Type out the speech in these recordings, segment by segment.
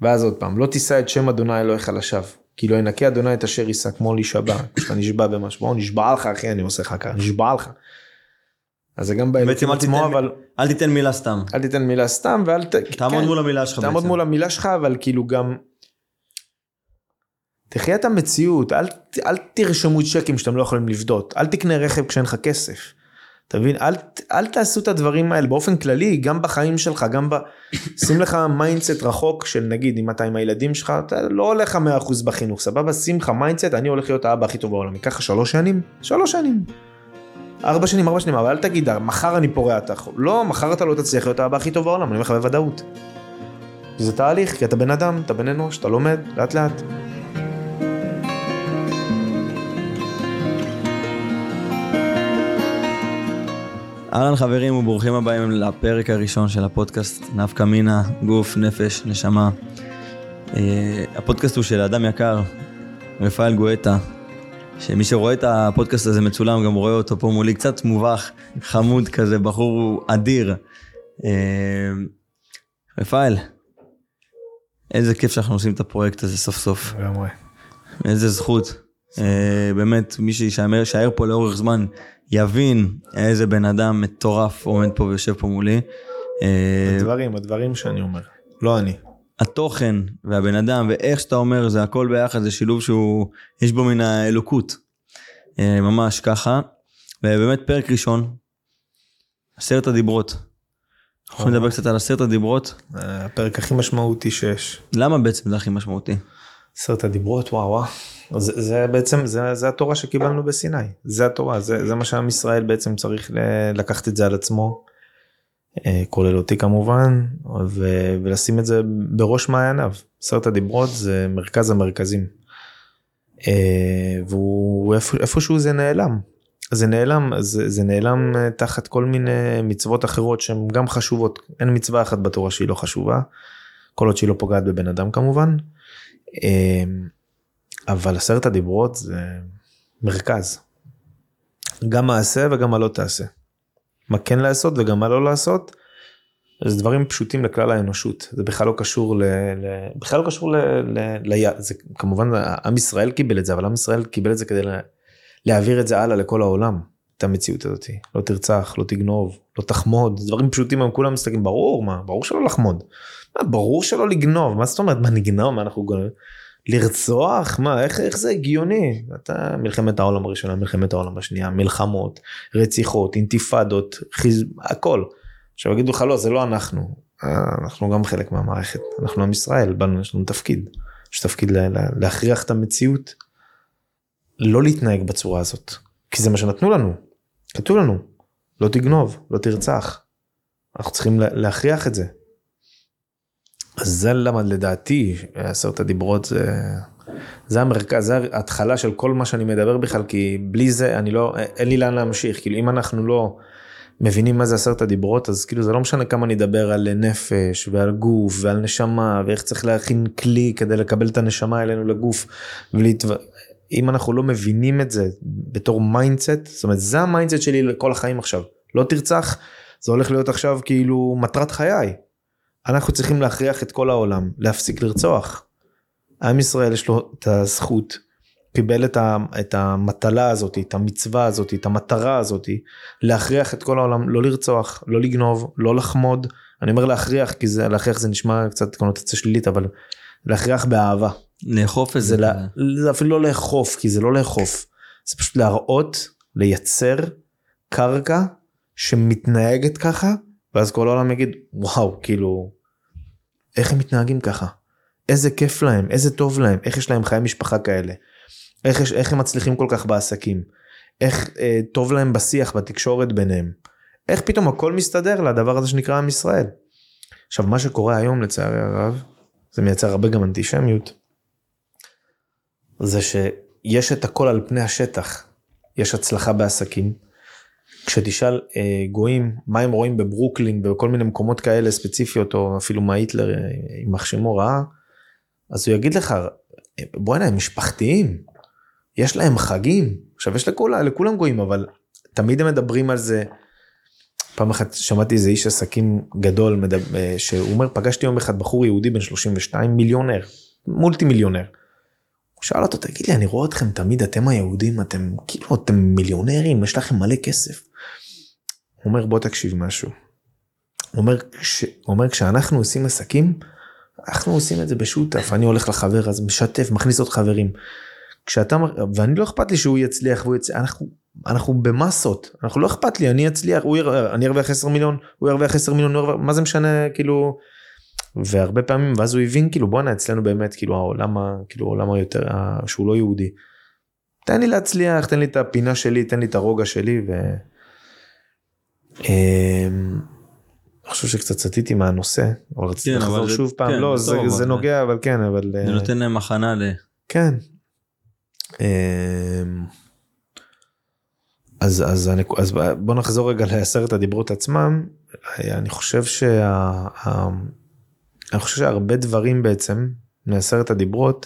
ואז עוד פעם, לא תישא את שם אדוני אלוהיך לשווא, כי לא ינקה אדוני את אשר יישא, כמו להישבע, כשאתה נשבע במשהו, בוא נשבע לך אחי, אני עושה לך ככה, נשבע לך. אז זה גם באלוקים עצמו, אבל... אל תיתן מילה סתם. אל תיתן מילה סתם, ואל תעמוד מול המילה שלך בעצם. תעמוד מול המילה שלך, אבל כאילו גם... תחיה את המציאות, אל תרשמו צ'קים שאתם לא יכולים לבדות, אל תקנה רכב כשאין לך כסף. תבין, אל תעשו את הדברים האלה, באופן כללי, גם בחיים שלך, שים לך מיינדסט רחוק, של נגיד, אם אתה עם הילדים שלך, אתה לא הולך 100% בחינוך, סבבה, שים לך מיינדסט, אני הולך להיות האבא הכי טוב בעולם, ייקח 3 שנים, 4 שנים, אבל אל תגיד, מחר אני פורע את החוב, לא, מחר אתה לא תצליח להיות האבא הכי טוב בעולם, אני אומר לך בוודאות. זה תהליך, כי אתה בן אדם, אתה בן אנוש, אתה לומד, לאט לאט. אהלן חברים וברוכים הבאים לפרק הראשון של הפודקאסט נפקא מינה, גוף, נפש, נשמה. הפודקאסט הוא של אדם יקר, רפאל גואטה, שמי שרואה את הפודקאסט הזה מצולם גם רואה אותו פה מולי, קצת מובך, חמוד כזה, בחור אדיר. רפאל, איזה כיף שאנחנו עושים את הפרויקט הזה סוף סוף. לגמרי. איזה זכות. באמת מי שישאר פה לאורך זמן יבין איזה בן אדם מטורף עומד פה ויושב פה מולי. הדברים שאני אומר, לא אני. התוכן והבן אדם ואיך שאתה אומר זה הכל ביחד, זה שילוב שהוא יש בו מן האלוקות, ממש ככה. ובאמת פרק ראשון 10 הדיברות, אנחנו נדבר קצת על 10 הדיברות, הפרק הכי משמעותי שיש. למה בעצם זה הכי משמעותי? 10 הדיברות, וואו. זה בעצם, זה התורה שקיבלנו בסיני, זה התורה, זה מה שעם ישראל בעצם צריך לקחת את זה על עצמו, כולל אותי כמובן, ולשים את זה בראש מעייניו. 10 הדיברות זה מרכז המרכזים, והוא איפשהו זה נעלם, זה נעלם תחת כל מיני מצוות אחרות שהן גם חשובות, אין מצווה אחת בתורה שהיא לא חשובה, כל עוד שהיא לא פוגעת בבן אדם כמובן, אבל 10 הדיברות זה מרכז. גם מעשה וגם מה לא תעשה. מה כן לעשות וגם מה לא לעשות, זה דברים פשוטים לכלל האנושות. זה בכלל לא קשור זה כמובן עם ישראל קיבל את זה, אבל עם ישראל קיבל את זה כדי להעביר את זה הלאה לכל העולם. את המציאות הזאת. לא תרצח, לא תגנוב, לא תחמוד. זה דברים פשוטים, הם כולם מסתכלים, ברור שלא לחמוד. ברור שלא לגנוב. מה זאת אומרת? מה נגנוב? מה אנחנו גונבים? לרצוח? מה? איך זה הגיוני? אתה מלחמת העולם הראשונה, מלחמת העולם השנייה, מלחמות, רציחות, אינתיפאדות, הכל. עכשיו יגידו לך, לא, זה לא אנחנו גם חלק מהמערכת. אנחנו עם ישראל, יש לנו תפקיד. יש תפקיד להכריח את המציאות, לא להתנהג בצורה הזאת. כי זה מה שנתנו לנו. כתוב לנו, לא תגנוב, לא תרצח. אנחנו צריכים להכריח את זה. אז זה למה לדעתי 10 הדיברות זה המרכז, זה ההתחלה של כל מה שאני מדבר בכלל, כי בלי זה אין לי לאן להמשיך, כאילו אם אנחנו לא מבינים מה זה 10 הדיברות, אז כאילו זה לא משנה כמה נדבר על נפש ועל גוף ועל נשמה, ואיך צריך להכין כלי כדי לקבל את הנשמה אלינו לגוף, אם אנחנו לא מבינים את זה בתור מיינדסט, זאת אומרת זה המיינדסט שלי לכל החיים עכשיו, לא תרצח, זה הולך להיות עכשיו כאילו מטרת חיי, אנחנו צריכים להכריח את כל העולם, להפסיק לרצוח. עם ישראל יש לו את הזכות, קיבל את המטלה הזאת, את המצווה הזאת, את המטרה הזאת, להכריח את כל העולם, לא לרצוח, לא לגנוב, לא לחמוד. אני אומר להכריח, כי להכריח זה נשמע קצת קונוטציה שלילית, אבל להכריח באהבה. לאכוף את זה. זה אפילו לא לאכוף, כי זה לא לאכוף. זה פשוט להראות, לייצר קרקע שמתנהגת ככה, ואז כל העולם יגיד, וואו, כאילו, איך הם מתנהגים ככה? איזה כיף להם, איזה טוב להם, איך יש להם חיי משפחה כאלה? איך הם מצליחים כל כך בעסקים? איך טוב להם בשיח, בתקשורת ביניהם? איך פתאום הכל מסתדר לדבר הזה שנקרא עם ישראל? עכשיו, מה שקורה היום לצערי הרב, זה מייצר הרבה גם אנטישמיות, זה שיש את הכל על פני השטח, יש הצלחה בעסקים, כשתשאל גויים, מה הם רואים בברוקלין, ובכל מיני מקומות כאלה ספציפיות, או אפילו מה היטלר עם מחשימו רעה, אז הוא יגיד לך, בוא הנה, הם משפחתיים, יש להם חגים, עכשיו יש לכולם גויים, אבל תמיד הם מדברים על זה, פעם אחת שמעתי איזה איש עסקים גדול, שהוא אומר, פגשתי יום אחד בחור יהודי בן 32, מיליונר, מולטי מיליונר. הוא שאל אותו, תגיד לי, אני רואה אתכם תמיד, אתם היהודים, אתם כאילו, אתם מיליונרים, יש לכם מלא כסף. הוא אומר, בוא תקשיב משהו. הוא אומר, כשאנחנו עושים עסקים, אנחנו עושים את זה בשותף, אני הולך לחבר, אז משתף, מכניס עוד חברים. ואני לא אכפת לי שהוא יצליח, אנחנו במסות, אנחנו לא אכפת לי, אני אצליח, אני ארוויח 10 מיליון, הוא ירוויח 10 מיליון, מה זה משנה, כאילו, והרבה פעמים, ואז הוא הבין, כאילו, בואנה, אצלנו באמת, כאילו, העולם היותר, שהוא לא יהודי. תן לי להצליח, תן לי את הפינה שלי, תן לי את הרוגע שלי, אני חושב שקצת סטיתי מהנושא, אבל רציתי לחזור שוב פעם, לא, זה נוגע, אבל כן, אבל... זה נותן להם הכנה כן. אז בוא נחזור רגע ל10 הדיברות עצמם. אני חושב שהרבה דברים בעצם מ10 הדיברות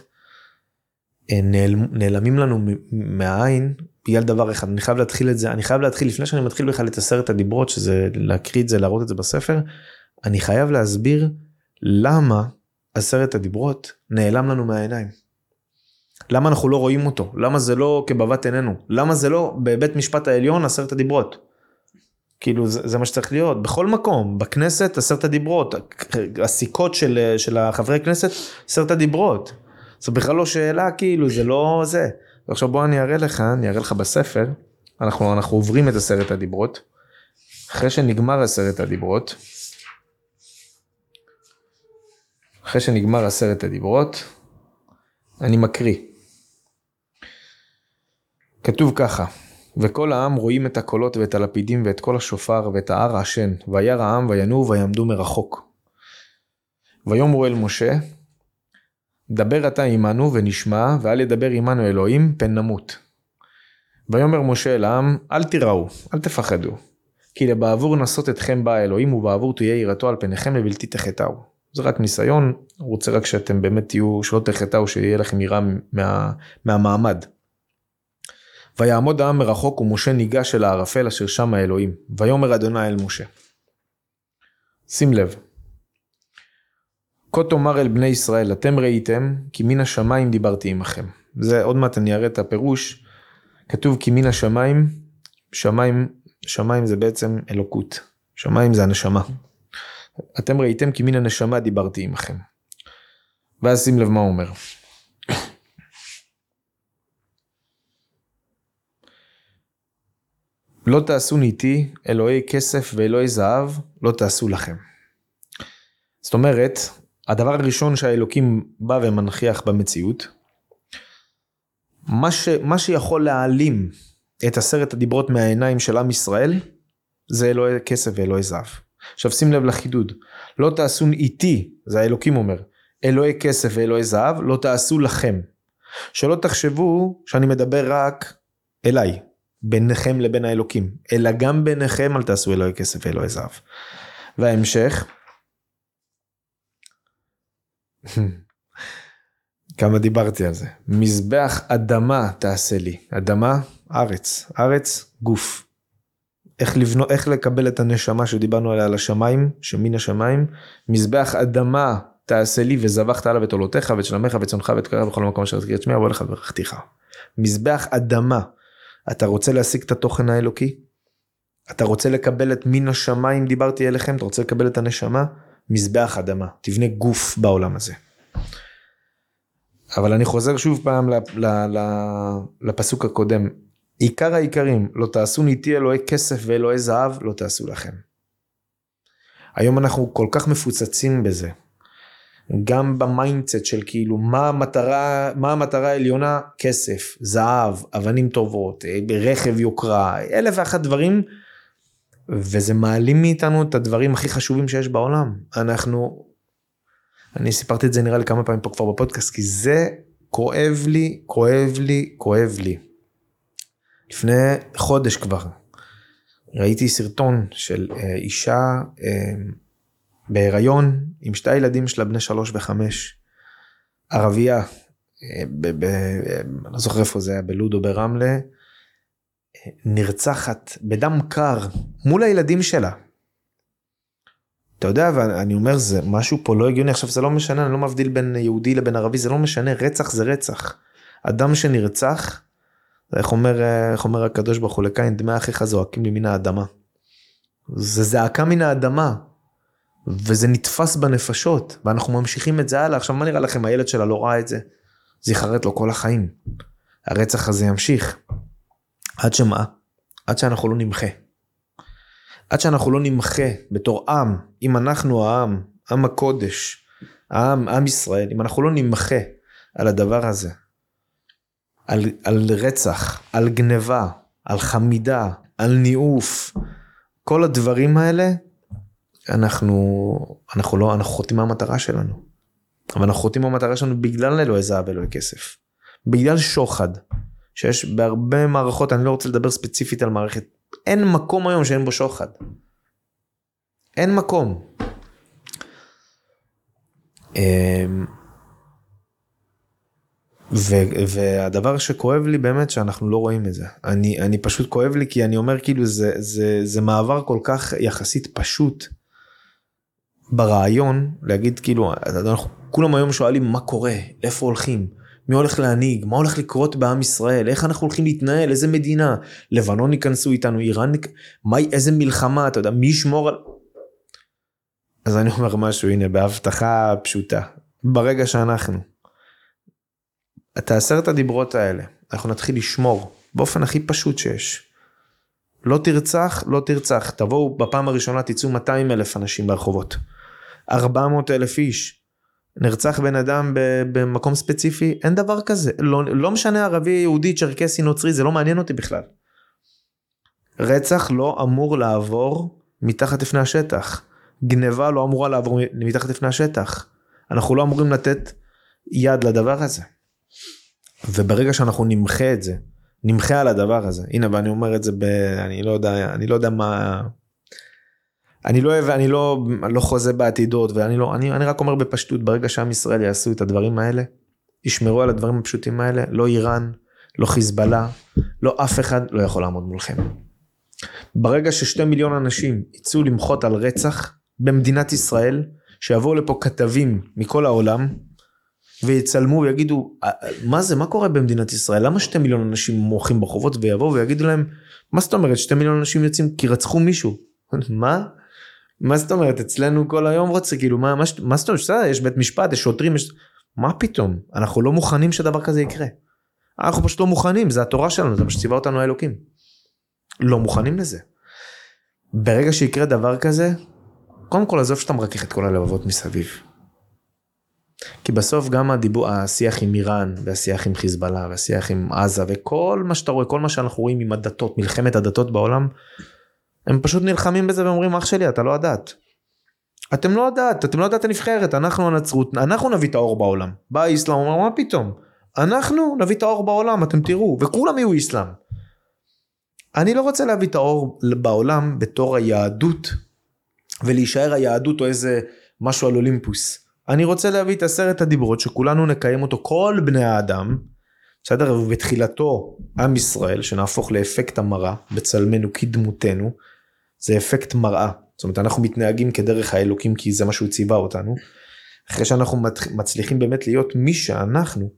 נעלמים לנו מהעין בגלל דבר אחד. אני חייב להתחיל לפני שאני מתחיל בכלל את 10 הדיברות, שזה להקריא את זה, להראות את זה בספר. אני חייב להסביר למה 10 הדיברות נעלם לנו מהעיניים. למה אנחנו לא רואים אותו? למה זה לא כבבת עינינו? למה זה לא בבית משפט העליון 10 הדיברות? כאילו זה מה שצריך להיות. בכל מקום, בכנסת 10 הדיברות, הסיכות של החברי כנסת 10 הדיברות. זה בכלל לא שאלה, כאילו זה לא זה. ועכשיו בוא אני אראה לך בספר, אנחנו עוברים את 10 הדיברות, אחרי שנגמר 10 הדיברות, אני מקריא. כתוב ככה, וכל העם רואים את הקולות ואת הלפידים ואת כל השופר ואת הער העשן, וירא העם וינועו ויעמדו מרחוק. ויאמרו אל משה, דבר אתה עמנו ונשמע, ואל ידבר עמנו אלוהים, פן נמות. ויאמר משה אל העם, אל תיראו, אל תפחדו, כי לבעבור נסות אתכם בא האלוהים, ובעבור תהיה יראתו על פניכם לבלתי תחטאו. זה רק ניסיון, הוא רוצה רק שאתם באמת תהיו, שלא תחטאו, שיהיה לכם יראה מהמעמד. ויעמוד העם מרחוק, ומשה ניגש אל הערפל אשר שם האלוהים. ויאמר אדוני אל משה. שים לב. כה תאמר אל בני ישראל, אתם ראיתם, כי מן השמיים דיברתי עמכם. זה עוד מעט אני אראה את הפירוש. כתוב כי מן השמיים, שמיים זה בעצם אלוקות. שמיים זה הנשמה. אתם ראיתם כי מן הנשמה דיברתי עמכם. ואז שים לב מה הוא אומר. לא תעשו איתי אלוהי כסף ואלוהי זהב, לא תעשו לכם. זאת אומרת, הדבר הראשון שהאלוקים בא ומנחיח במציאות, מה שיכול להעלים את 10 הדיברות מהעיניים של עם ישראל, זה אלוהי כסף ואלוהי זהב. עכשיו שים לב לחידוד, לא תעשו איתי, זה האלוקים אומר, אלוהי כסף ואלוהי זהב, לא תעשו לכם. שלא תחשבו שאני מדבר רק אליי, ביניכם לבין האלוקים, אלא גם ביניכם אל תעשו אלוהי כסף ואלוהי זהב. וההמשך, כמה דיברתי על זה, מזבח אדמה תעשה לי, אדמה, ארץ, גוף. איך לקבל את הנשמה שדיברנו עליה על השמיים, שמן השמיים, מזבח אדמה תעשה לי וזבחת עליו את עולותיך ואת שלמך וצונך ואת קרב בכל מקום אשר תזכיר את שמי, אבוא לך וברכתיך. מזבח אדמה, אתה רוצה להשיג את התוכן האלוקי? אתה רוצה לקבל את מן השמיים, דיברתי אליכם, אתה רוצה לקבל את הנשמה? מזבח אדמה, תבנה גוף בעולם הזה. אבל אני חוזר שוב פעם לפסוק הקודם, עיקר העיקרים, לא תעשו איתי אלוהי כסף ואלוהי זהב, לא תעשו לכם. היום אנחנו כל כך מפוצצים בזה, גם במיינדסט של כאילו, מה המטרה העליונה? כסף, זהב, אבנים טובות, רכב יוקרה, 1001 דברים, וזה מעלים מאיתנו את הדברים הכי חשובים שיש בעולם. אני סיפרתי את זה נראה לי כמה פעמים פה כבר בפודקאסט, כי זה כואב לי. לפני חודש כבר, ראיתי סרטון של אישה בהיריון, עם 2 ילדים שלה, בני 3 ו5, ערבייה, אני לא זוכר איפה זה היה, בלוד או ברמלה, נרצחת בדם קר מול הילדים שלה. אתה יודע, ואני אומר, זה משהו פה לא הגיוני, עכשיו זה לא משנה, אני לא מבדיל בין יהודי לבין ערבי, זה לא משנה, רצח זה רצח. אדם שנרצח, איך אומר הקדוש ברוך הוא לקין, דמי אחיך זועקים לי מן האדמה. זה זעקה מן האדמה, וזה נתפס בנפשות, ואנחנו ממשיכים את זה הלאה. עכשיו מה נראה לכם, הילד שלה לא ראה את זה? זה יחרט לו כל החיים. הרצח הזה ימשיך. עד שמה? עד שאנחנו לא נמחה. עד שאנחנו לא נמחה בתור עם, אם אנחנו העם, עם הקודש, עם ישראל, אם אנחנו לא נמחה על הדבר הזה, על רצח, על גניבה, על חמידה, על ניאוף, כל הדברים האלה, אנחנו חוטאים מהמטרה שלנו. אבל אנחנו חוטאים מהמטרה שלנו בגלל אלוהי זהב ואלוהי כסף. בגלל שוחד, שיש בהרבה מערכות, אני לא רוצה לדבר ספציפית על מערכת, אין מקום היום שאין בו שוחד. אין מקום. והדבר שכואב לי באמת שאנחנו לא רואים את זה. אני פשוט כואב לי כי אני אומר כאילו זה מעבר כל כך יחסית פשוט ברעיון, להגיד כאילו, אנחנו כולם היום שואלים מה קורה, איפה הולכים, מי הולך להנהיג, מה הולך לקרות בעם ישראל, איך אנחנו הולכים להתנהל, איזה מדינה, לבנון ייכנסו איתנו, איראן, איזה מלחמה, אתה יודע, מי ישמור על... אז אני אומר משהו, הנה, בהבטחה פשוטה, ברגע שאנחנו, את 10 הדיברות האלה, אנחנו נתחיל לשמור, באופן הכי פשוט שיש, לא תרצח, לא תרצח, תבואו בפעם הראשונה, תצאו 200,000 אנשים ברחובות, 400,000 איש, נרצח בן אדם במקום ספציפי, אין דבר כזה, לא משנה ערבי, יהודי, צ'רקסי, נוצרי, זה לא מעניין אותי בכלל. רצח לא אמור לעבור מתחת לפני השטח, גניבה לא אמורה לעבור מתחת לפני השטח, אנחנו לא אמורים לתת יד לדבר הזה, וברגע שאנחנו נמחה את זה, נמחה על הדבר הזה, הנה ואני אומר את זה, אני לא יודע מה... אני לא אוהב, אני לא חוזה בעתידות, אני רק אומר בפשטות, ברגע שעם ישראל יעשו את הדברים האלה, ישמרו על הדברים הפשוטים האלה, לא איראן, לא חיזבאללה, לא אף אחד לא יכול לעמוד מולכם. ברגע ש2 מיליון אנשים יצאו למחות על רצח במדינת ישראל, שיבואו לפה כתבים מכל העולם, ויצלמו ויגידו, מה זה, מה קורה במדינת ישראל? למה 2 מיליון אנשים מוחים ברחובות, ויבואו ויגידו להם, מה זאת אומרת, 2 מיליון אנשים יוצאים כי רצחו מישהו? מה זאת אומרת, אצלנו כל היום רוצה, כאילו, מה זאת אומרת, יש בית משפט, יש שוטרים, מה פתאום? אנחנו לא מוכנים שדבר כזה יקרה. אנחנו פשוט לא מוכנים, זה התורה שלנו, זה מה שציווה אותנו האלוקים. לא מוכנים לזה. ברגע שיקרה דבר כזה, קודם כל עזוב שאתה מרכך את כל הלבבות מסביב. כי בסוף גם השיח עם איראן, והשיח עם חיזבאללה, והשיח עם עזה, וכל מה שאתה רואה, כל מה שאנחנו רואים עם הדתות, מלחמת הדתות בעולם, הם פשוט נלחמים בזה ואומרים, אח שלי, אתה לא הדת. אתם לא הדת הנבחרת, אנחנו הנצרות, אנחנו נביא את האור בעולם. בא האסלאם, אומר, מה פתאום? אנחנו נביא את האור בעולם, אתם תראו, וכולם יהיו אסלאם. אני לא רוצה להביא את האור בעולם בתור היהדות, ולהישאר היהדות או איזה משהו על אולימפוס. אני רוצה להביא את 10 הדיברות שכולנו נקיים אותו, כל בני האדם, בסדר? ובתחילתו עם ישראל, שנהפוך לאפקט המראה, בצלמנו כדמותנו, זה אפקט מראה. זאת אומרת, אנחנו מתנהגים כדרך האלוקים, כי זה מה שהוא ציווה אותנו. אחרי שאנחנו מצליחים באמת להיות מי שאנחנו,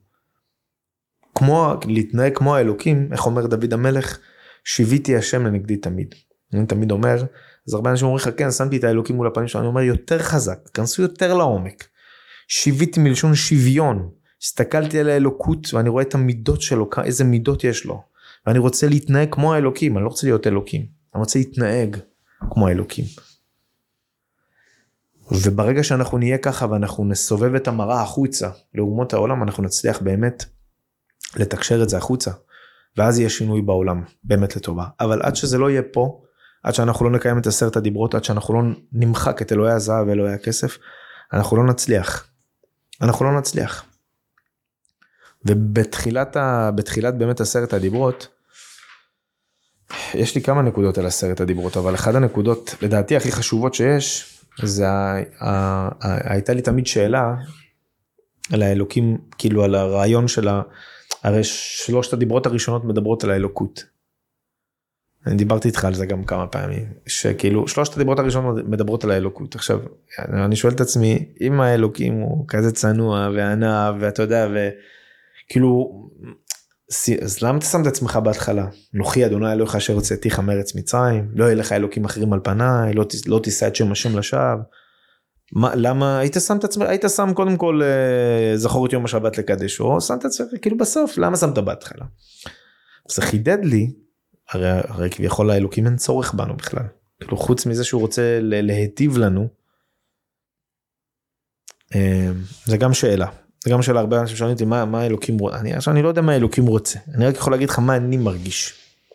להתנהג כמו האלוקים, איך אומר דוד המלך, שיוויתי השם לנגדי תמיד. אני תמיד אומר, אז הרבה אנשים אומרים לך, כן, שמתי את האלוקים מול הפנים שלנו, אני אומר, יותר חזק, כנסו יותר לעומק. שיוויתי מלשון שוויון, הסתכלתי על האלוקות, ואני רואה את המידות שלו, איזה מידות יש לו, ואני רוצה להתנהג כמו האלוקים, אני לא רוצה להיות אלוקים, אני רוצה להתנהג כמו האלוקים. וברגע שאנחנו נהיה ככה, ואנחנו נסובב את המראה החוצה, לאומות העולם, אנחנו נצליח באמת לתקשר את זה החוצה, ואז יהיה שינוי בעולם, באמת לטובה. אבל עד שזה לא יהיה פה, עד שאנחנו לא נקיים את 10 הדיברות, עד שאנחנו לא נמחק את אלוהי הזהב ואלוהי הכסף, אנחנו לא נצליח. אנחנו לא נצליח. ובתחילת באמת 10 הדיברות, יש לי כמה נקודות על 10 הדיברות, אבל אחד הנקודות, לדעתי הכי חשובות שיש, זה הייתה לי תמיד שאלה, על האלוקים, כאילו על הרעיון של הרי 3 הדיברות הראשונות מדברות על האלוקות. אני דיברתי איתך על זה גם כמה פעמים, שכאילו 3 הדיברות הראשונות מדברות על האלוקות. עכשיו, אני שואל את עצמי, אם האלוקים הוא כזה צנוע וענב, ואתה יודע, וכאילו, אז למה אתה שם את עצמך בהתחלה? נוחי אדוני אלוהיך אשר הוצאתיך מארץ מצרים, לא יהיה לך אלוקים אחרים על פניי, לא תישא את שם השם לשווא. למה היית שם את עצמך, היית שם קודם כל זכור את יום השבת לקדשו, שמת את עצמך כאילו בסוף, למה שמת בהתחלה? זה חידד לי, הרי כביכול האלוקים אין צורך בנו בכלל, כאילו חוץ מזה שהוא רוצה להיטיב לנו, זה גם שאלה, הרבה אנשים שואלים אותי מה האלוקים רוצה, אני לא יודע מה האלוקים רוצה, אני רק יכול להגיד לך מה אני מרגיש,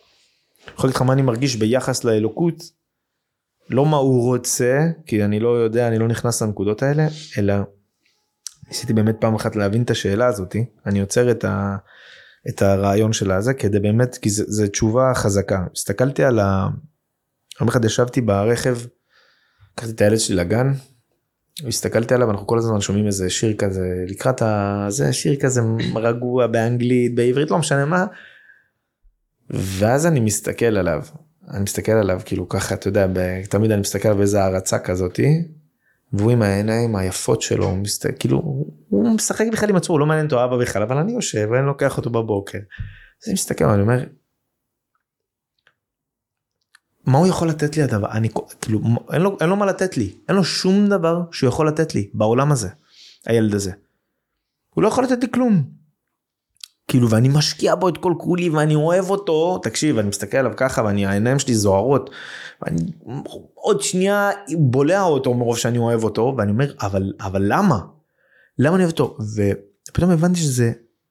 ביחס לאלוקות, לא מה הוא רוצה, כי אני לא יודע, אני לא נכנס לנקודות האלה, אלא ניסיתי באמת פעם אחת להבין את השאלה הזאת, אני יוצר את הרעיון שלה הזה, כדי באמת, כי זו תשובה חזקה. הסתכלתי על יום אחד ישבתי ברכב, לקחתי את הילד שלי לגן, והסתכלתי עליו, אנחנו כל הזמן שומעים איזה שיר כזה, לקראת זה שיר כזה רגוע באנגלית, בעברית, לא משנה מה, ואז אני מסתכל עליו, כאילו ככה, אתה יודע, תמיד אני מסתכל על איזה הרצה כזאת, והוא עם העיניים היפות שלו, הוא משחק בכלל עם עצמו, הוא לא מעניין אותו אבא בכלל, אבל אני יושב, ואני לוקח אותו בבוקר, אז אני מסתכל, אני אומר, מה הוא יכול לתת לי הדבר? כאילו, אין לו מה לתת לי, אין לו שום דבר שהוא יכול לתת לי, בעולם הזה, הילד הזה. הוא לא יכול לתת לי כלום. כאילו, ואני משקיע בו את כל כולי, ואני אוהב אותו, תקשיב, אני מסתכל עליו ככה, והעיניים שלי זוהרות, ואני עוד שנייה בולע אותו מרוב שאני אוהב אותו, ואני אומר, אבל למה? למה אני אוהב אותו? ופתאום הבנתי שזה,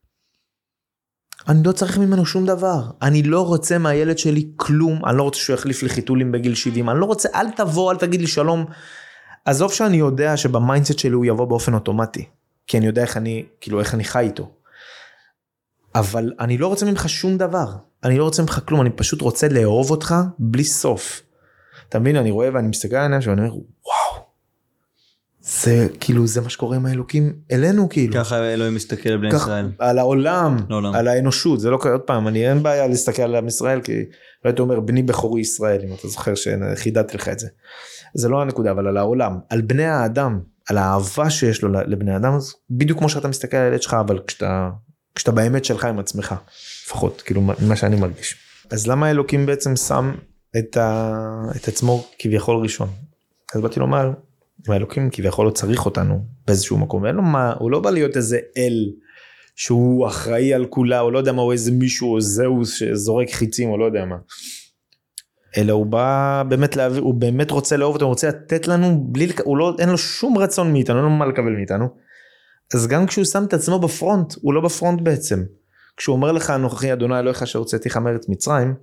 אני לא צריך ממנו שום דבר, אני לא רוצה מהילד שלי כלום, אני לא רוצה שהוא יחליף לי חיתולים בגיל 70, אני לא רוצה, אל תבוא, אל תגיד לי שלום, עזוב שאני יודע שבמיינדסט שלי הוא יבוא באופן אוטומטי, כי אני יודע איך אני חי איתו. אבל אני לא רוצה ממך שום דבר, אני לא רוצה ממך כלום, אני פשוט רוצה לאהוב אותך בלי סוף. אתה מבין, אני רואה ואני מסתכל על העיניים, ואני אומר, וואו, זה כאילו, זה מה שקורה עם האלוקים אלינו, כאילו. ככה אלוהים מסתכל על בני ישראל. על העולם, על האנושות, זה לא עוד פעם, אין בעיה להסתכל על עם ישראל, כי ראית אומר, בני בכורי ישראל, אם אתה זוכר שחידדתי לך את זה. זה לא הנקודה, אבל על העולם, על בני האדם, על האהבה שיש לו לבני האדם, בדיוק כמו שאתה מסתכל על הילד שלך, אבל כשאתה באמת שלך עם עצמך, לפחות, כאילו מה שאני מרגיש. אז למה האלוקים בעצם שם את עצמו כביכול ראשון? אז באתי לומר, האלוקים כביכול לא צריך אותנו באיזשהו מקום, הוא לא בא להיות איזה אל, שהוא אחראי על כולה, או לא יודע מה, או איזה מישהו, או זהו שזורק חיצים, או לא יודע מה. אלא הוא בא באמת להעביר, הוא באמת רוצה לאהוב אותו, הוא רוצה לתת לנו, אין לו שום רצון מאיתנו, אין לו מה לקבל מאיתנו. אז גם כשהוא שם את עצמו בפרונט, הוא לא בפרונט בעצם. כשהוא אומר לך, אנוכי אדוני אלוהיך אשר הוצאתיך מארץ מצרים,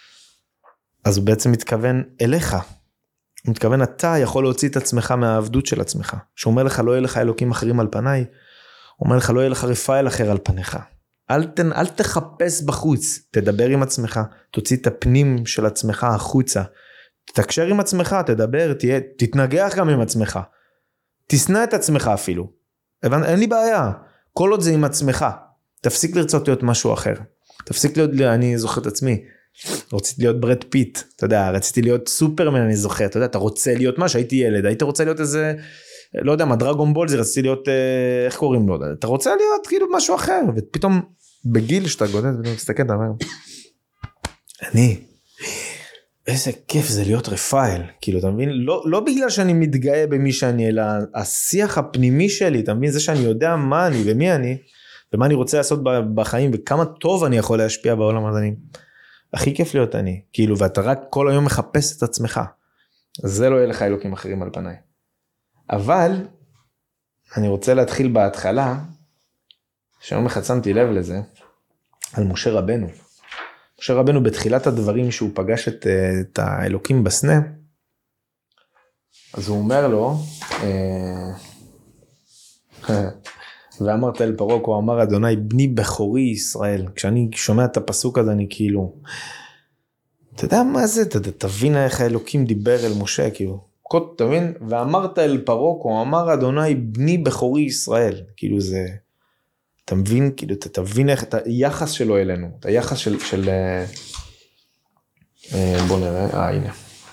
אז הוא בעצם מתכוון אליך. הוא מתכוון, אתה יכול להוציא את עצמך מהעבדות של עצמך. כשהוא אומר לך, לא יהיה לך אלוקים אחרים על פניי, הוא אומר לך, לא יהיה לך רפאל אחר על פניך. אל תחפש בחוץ, תדבר עם עצמך, תוציא את הפנים של עצמך החוצה. תתקשר עם עצמך, תדבר, תתנגח גם עם עצמך. תשנא את עצמך אפילו. אין לי בעיה, כל עוד זה עם עצמך, תפסיק לרצות להיות משהו אחר, תפסיק להיות, אני זוכר את עצמי, רציתי להיות ברד פיט, אתה יודע, רציתי להיות סופרמן, אני זוכר, אתה יודע, אתה רוצה להיות משהו, הייתי ילד, היית רוצה להיות איזה, לא יודע מה, דרגון בול, זה רציתי להיות, איך קוראים לו, אתה רוצה להיות כאילו משהו אחר, ופתאום בגיל שאתה גודל, ותסתכל, אתה אומר, איזה כיף זה להיות רפאל, כאילו, אתה מבין? לא בגלל שאני מתגאה במי שאני, אלא השיח הפנימי שלי, אתה מבין? זה שאני יודע מה אני ומי אני, ומה אני רוצה לעשות בחיים, וכמה טוב אני יכול להשפיע בעולם הזה, הכי כיף להיות אני, כאילו, ואתה רק כל היום מחפש את עצמך, אז זה לא יהיה לך אלוקים אחרים על פניי. אבל, אני רוצה להתחיל בהתחלה, שיום אחד שמתי לב לזה, על משה רבנו. משה רבנו בתחילת הדברים שהוא פגש את האלוקים בסנה, אז הוא אומר לו, ואמרת אל פרעה, הוא אמר אדוני בני בכורי ישראל, כשאני שומע את הפסוק הזה אני כאילו, אתה יודע מה זה, תבין איך האלוקים דיבר אל משה, כאילו, תבין, ואמרת אל פרעה, הוא אמר אדוני בני בכורי ישראל, כאילו זה, אתה מבין, כאילו, אתה תבין איך את היחס שלו אלינו, את היחס בוא נראה, הנה.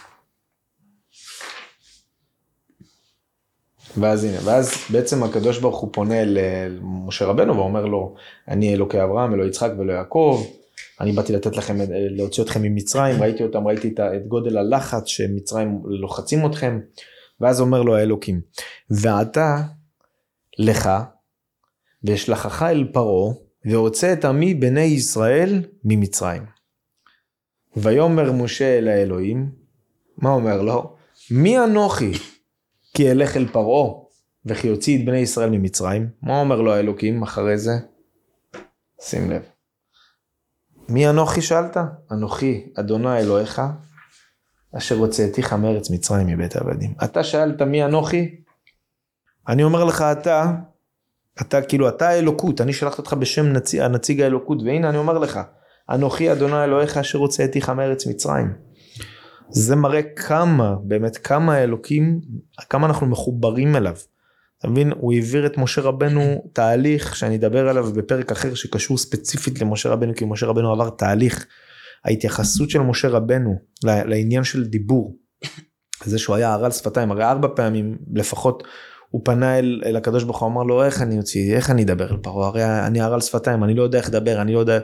ואז בעצם הקדוש ברוך הוא פונה למשה רבנו ואומר לו, אני אלוקי אברהם, אלוהי יצחק ולא יעקב, אני באתי לתת לכם, להוציא אתכם ממצרים, ראיתי את גודל הלחץ שמצרים לוחצים אתכם, ואז אומר לו האלוקים, ועתה לך, והשלחך אל פרעה, והוצא את עמי בני ישראל ממצרים. ויאמר משה אל האלוהים, מה אומר לו? מי אנוכי? כי אלך אל פרעה, וכי יוציא את בני ישראל ממצרים. מה אומר לו האלוקים אחרי זה? שים לב. מי אנוכי שאלת? אנוכי, אדוני אלוהיך, אשר הוצאתיך מארץ מצרים מבית העבדים. אתה שאלת מי אנוכי? אני אומר לך אתה כאילו אתה האלוקות, אני שלחת אותך בשם הנציג האלוקות, והנה אני אומר לך, אנוכי אדוני אלוהיך אשר הוצאתיך מארץ מצרים. זה מראה באמת כמה האלוקים, כמה אנחנו מחוברים אליו. אתה מבין, הוא העביר את משה רבנו תהליך שאני אדבר עליו בפרק אחר שקשור ספציפית למשה רבנו, כי משה רבנו עבר תהליך, ההתייחסות של משה רבנו לעניין של דיבור, זה שהוא היה ערל שפתיים, הרי 4 פעמים לפחות הוא פנה אל הקדוש ברוך הוא, אמר לו איך אני אדבר אל פרעה, הרי אני ערל שפתיים, אני לא יודע איך לדבר, אני לא יודע.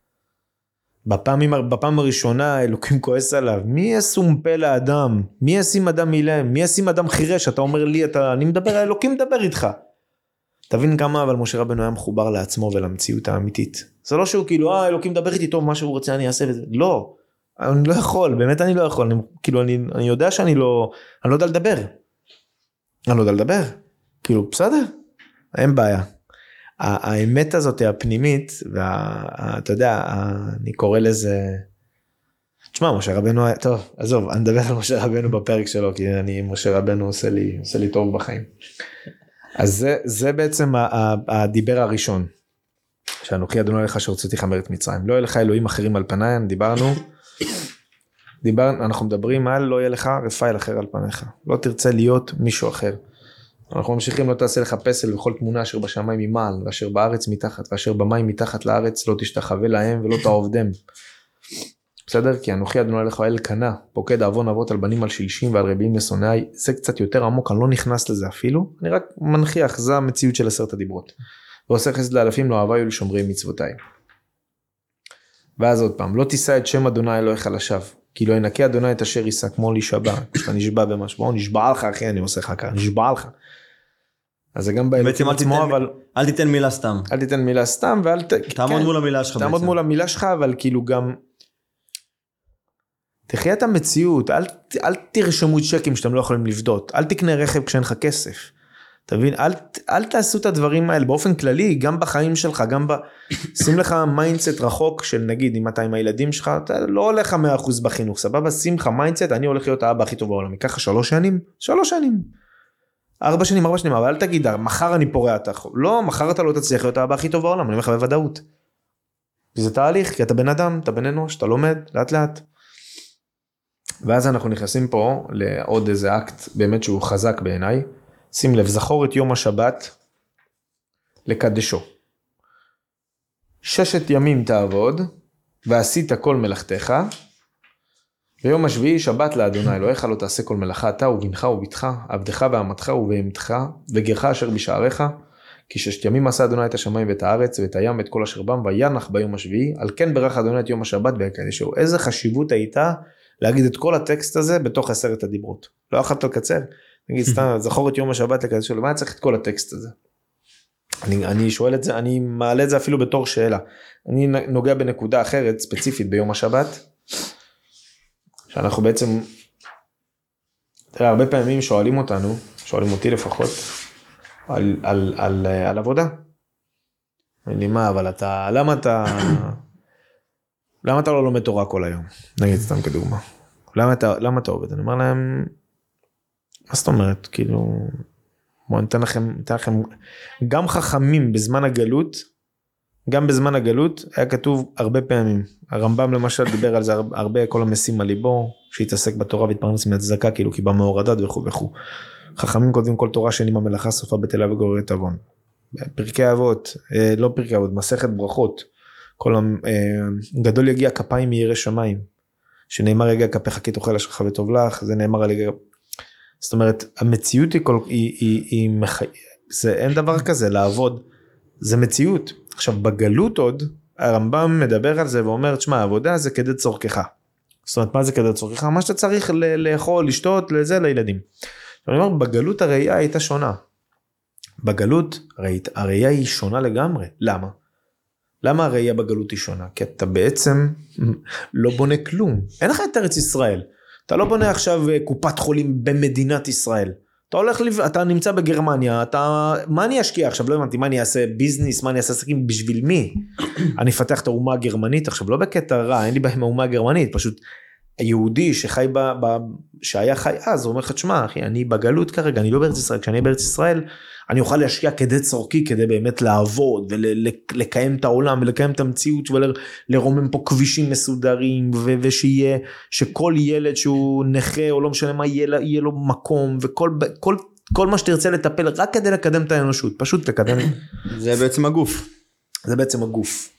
בפעם הראשונה אלוקים כועס עליו, מי ישום פה לאדם, מי ישים אדם מילם, מי ישים אדם חירש, אתה אומר לי, אני מדבר, האלוקים מדבר איתך. תבין כמה אבל משה רבנו היה מחובר לעצמו ולמציאות האמיתית. זה לא שהוא כאילו, אלוקים מדבר איתי טוב, מה שהוא רוצה אני אעשה וזה, לא, אני לא יכול, באמת אני לא יכול, אני יודע שאני לא יודע לדבר. אני לא יודע לדבר, כאילו בסדר, אין בעיה. האמת הזאת הפנימית, ואתה יודע, אני קורא לזה, תשמע, משה רבנו, טוב, עזוב, אני מדבר על משה רבנו בפרק שלו, כי משה רבנו עושה לי טוב בחיים. אז זה בעצם הדיבר הראשון, שאנוכי אדוני אלוהיך אשר הוצאתיך מארץ מצרים, לא יהיה לך אלוהים אחרים על פניי, אנחנו מדברים על לא יהיה לך רפאל אחר על פניך, לא תרצה להיות מישהו אחר. אנחנו ממשיכים, לא תעשה לך פסל וכל תמונה אשר בשמיים ממעל, ואשר בארץ מתחת, ואשר במים מתחת לארץ, לא תשתחווה להם ולא תעובדם. בסדר? כי אנוכי אדוני אלוהיך אל קנה, פוקד עוון אבות על בנים על שלשים ועל רבים לשונאי, זה קצת יותר עמוק, אני לא נכנס לזה אפילו, אני רק מנחיח, זה המציאות של 10 הדיברות. ועושה חסד לאלפים, לא אהביו לשומרי מצוותיי. ואז עוד פעם, לא תישא את שם אדוני אלוהיך לשווא, כי לא ינקה אדוני את אשר יישא, כמו להישבע, כשאתה נשבע במשהו, נשבע לך אחי, אני עושה לך ככה, נשבע לך. אז זה גם באלוקים עצמו, אבל אל תיתן מילה סתם. אל תיתן מילה סתם, תעמוד מול המילה שלך. תעמוד מול המילה שלך, אבל כאילו גם, תחיה את המציאות, אל תרשמו צ'קים שאתם לא יכולים לבדות, אל תקנה רכב כשאין לך כסף. תבין, אל תעשו את הדברים האלה, באופן כללי, גם בחיים שלך, שים לך מיינדסט רחוק של נגיד, אם אתה עם הילדים שלך, אתה לא הולך 100% בחינוך, סבבה, שים לך מיינדסט, אני הולך להיות האבא הכי טוב בעולם, ייקח 3 שנים, 3 שנים, 4 שנים, אבל אל תגיד, מחר אני פורע אותך, לא, מחר אתה לא תצליח להיות האבא הכי טוב בעולם, אני אומר לך בוודאות. זה תהליך, כי אתה בן אדם, אתה בן אנוש, אתה לומד, לאט לאט. ואז אנחנו נכנסים פה לעוד איזה אקט, באמת שהוא חזק בעיניי, שים לב, זכור את יום השבת לקדשו. 6 ימים תעבוד, ועשית כל מלאכתך, ויום השביעי שבת לאדוני אלוהיך, לא תעשה כל מלאכה אתה ובנך וביתך, עבדך ועמתך ובהמתך, וגרך אשר בשעריך, כי 6 ימים עשה אדוני את השמיים ואת הארץ ואת הים ואת כל אשר בם, וינח ביום השביעי, על כן ברך אדוני את יום השבת ויקדשו. איזה חשיבות הייתה להגיד את כל הטקסט הזה בתוך 10 הדיברות. לא יכולת לקצר. נגיד סתם, זכור את יום השבת לקדשו, למה צריך את כל הטקסט הזה? אני שואל את זה, אני מעלה את זה אפילו בתור שאלה. אני נוגע בנקודה אחרת, ספציפית ביום השבת, שאנחנו בעצם, תראה, הרבה פעמים שואלים אותי לפחות, על עבודה. אני מה, אבל למה אתה לא לומד תורה כל היום? נגיד סתם כדוגמה. למה אתה עובד? אני אומר להם, מה זאת אומרת? כאילו, בואו ניתן לכם, גם חכמים בזמן הגלות, היה כתוב הרבה פעמים. הרמב"ם למשל דיבר על זה הרבה, כל המשים על ליבו, שהתעסק בתורה והתפרנס מהצדקה, כאילו כי במאורדת וכו' וכו'. חכמים כותבים כל תורה שאין עמה מלאכה סופה בטלה וגוררת עוון. פרקי אבות, לא פרקי אבות, מסכת ברכות. גדול יגיע כפיים מירא שמיים. שנאמר רגע כפיך כי תאכל אשריך וטוב לך, זה נאמר על רגע, זאת אומרת, המציאות זה אין דבר כזה, לעבוד, זה מציאות. עכשיו, בגלות עוד, הרמב"ם מדבר על זה ואומר, תשמע, העבודה זה כדי צורכך. זאת אומרת, מה זה כדי צורכך? מה שאתה צריך לאכול, לשתות, לזה, לילדים. אני אומר, בגלות הראייה הייתה שונה. בגלות הראייה היא שונה לגמרי. למה? למה הראייה בגלות היא שונה? כי אתה בעצם לא בונה כלום. אין לך את ארץ ישראל. אתה לא בונה עכשיו קופת חולים במדינת ישראל. אתה נמצא בגרמניה, מה אני אשקיע עכשיו? לא הבנתי, מה אני אעשה ביזנס, מה אני אעשה עסקים, בשביל מי? אני אפתח את האומה הגרמנית, עכשיו לא בקטע רע, אין לי בעיה עם האומה הגרמנית, פשוט היהודי שהיה חי אז, הוא אומר לך, תשמע, אחי, אני בגלות כרגע, אני לא בארץ ישראל, כשאני בארץ ישראל, אני אוכל להשקיע כדי צורכי, כדי באמת לעבוד, ולקיים את העולם, ולקיים את המציאות, ולרומם פה כבישים מסודרים, ושיהיה, שכל ילד שהוא נכה, או לא משנה מה, יהיה לו מקום, וכל מה שתרצה לטפל, רק כדי לקדם את האנושות, פשוט לקדם. זה בעצם הגוף. זה בעצם הגוף.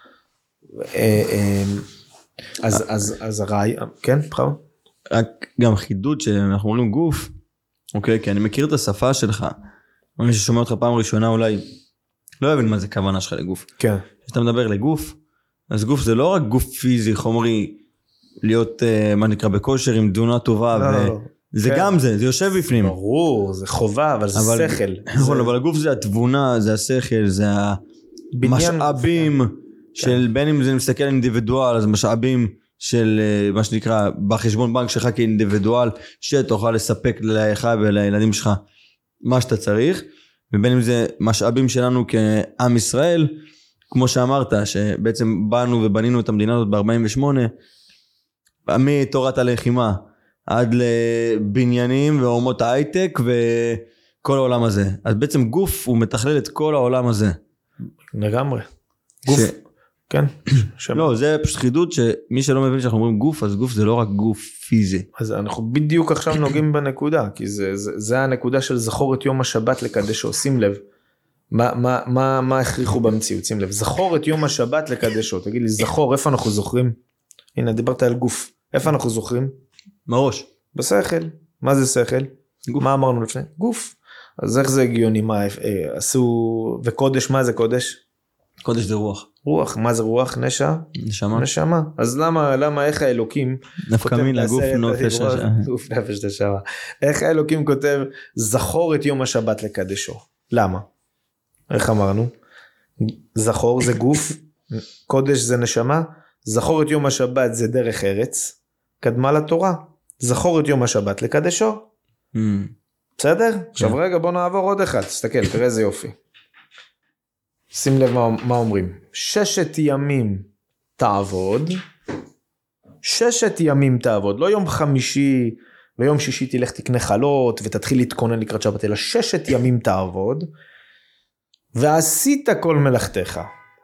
אז הרעי, כן, בחר? רק גם חידוד שאנחנו אומרים גוף, אוקיי, כי אני מכיר את השפה שלך, מי ששומע אותך פעם ראשונה אולי לא יבין מה זה כוונה שלך לגוף. כן. כשאתה מדבר לגוף, אז גוף זה לא רק גוף פיזי, חומרי, להיות מה נקרא בכושר עם תזונה טובה, זה גם זה יושב בפנים. ברור, זה חובה, אבל זה שכל. נכון, אבל הגוף זה התבונה, זה השכל, זה המשאבים של בין אם זה מסתכל על אינדיבידואל, אז משאבים של מה שנקרא בחשבון בנק שלך כאינדיבידואל, שתוכל לספק לך ולילדים שלך מה שאתה צריך, ובין אם זה משאבים שלנו כעם ישראל, כמו שאמרת, שבעצם באנו ובנינו את המדינה הזאת ב-48, מתורת הלחימה, עד לבניינים ואומות ההייטק וכל העולם הזה. אז בעצם גוף הוא מתכלל את כל העולם הזה. לגמרי. גוף. כן. לא, זה פשוט חידוד שמי שלא מבין שאנחנו אומרים גוף, אז גוף זה לא רק גוף פיזי. אז אנחנו בדיוק עכשיו נוגעים בנקודה, כי זה הנקודה של זכור את יום השבת לקדשו, שים לב. מה הכריחו במציאות, שים לב. זכור את יום השבת לקדשו, תגיד לי, זכור, איפה אנחנו זוכרים? הנה, דיברת על גוף. איפה אנחנו זוכרים? מראש. בשכל. מה זה שכל? גוף. מה אמרנו לפני? גוף. אז איך זה הגיוני? מה עשו, וקודש, מה זה קודש? קודש זה רוח. רוח, מה זה רוח? נשמה? נשמה. אז למה איך האלוקים נפקא מינה, גוף נפש נשמה. גוף נפש נשמה. איך האלוקים כותב, זכור את יום השבת לקדשו. למה? איך אמרנו? זכור זה גוף, קודש זה נשמה, זכור את יום השבת זה דרך ארץ, קדמה לתורה. זכור את יום השבת לקדשו. בסדר? עכשיו רגע בוא נעבור עוד אחד, תסתכל, תראה איזה יופי. שים לב מה אומרים. 6 ימים תעבוד, 6 ימים תעבוד, לא יום חמישי ויום שישי תלך תקנה חלות ותתחיל להתכונן לקראת שבת, אלא 6 ימים תעבוד, ועשית כל מלאכתך.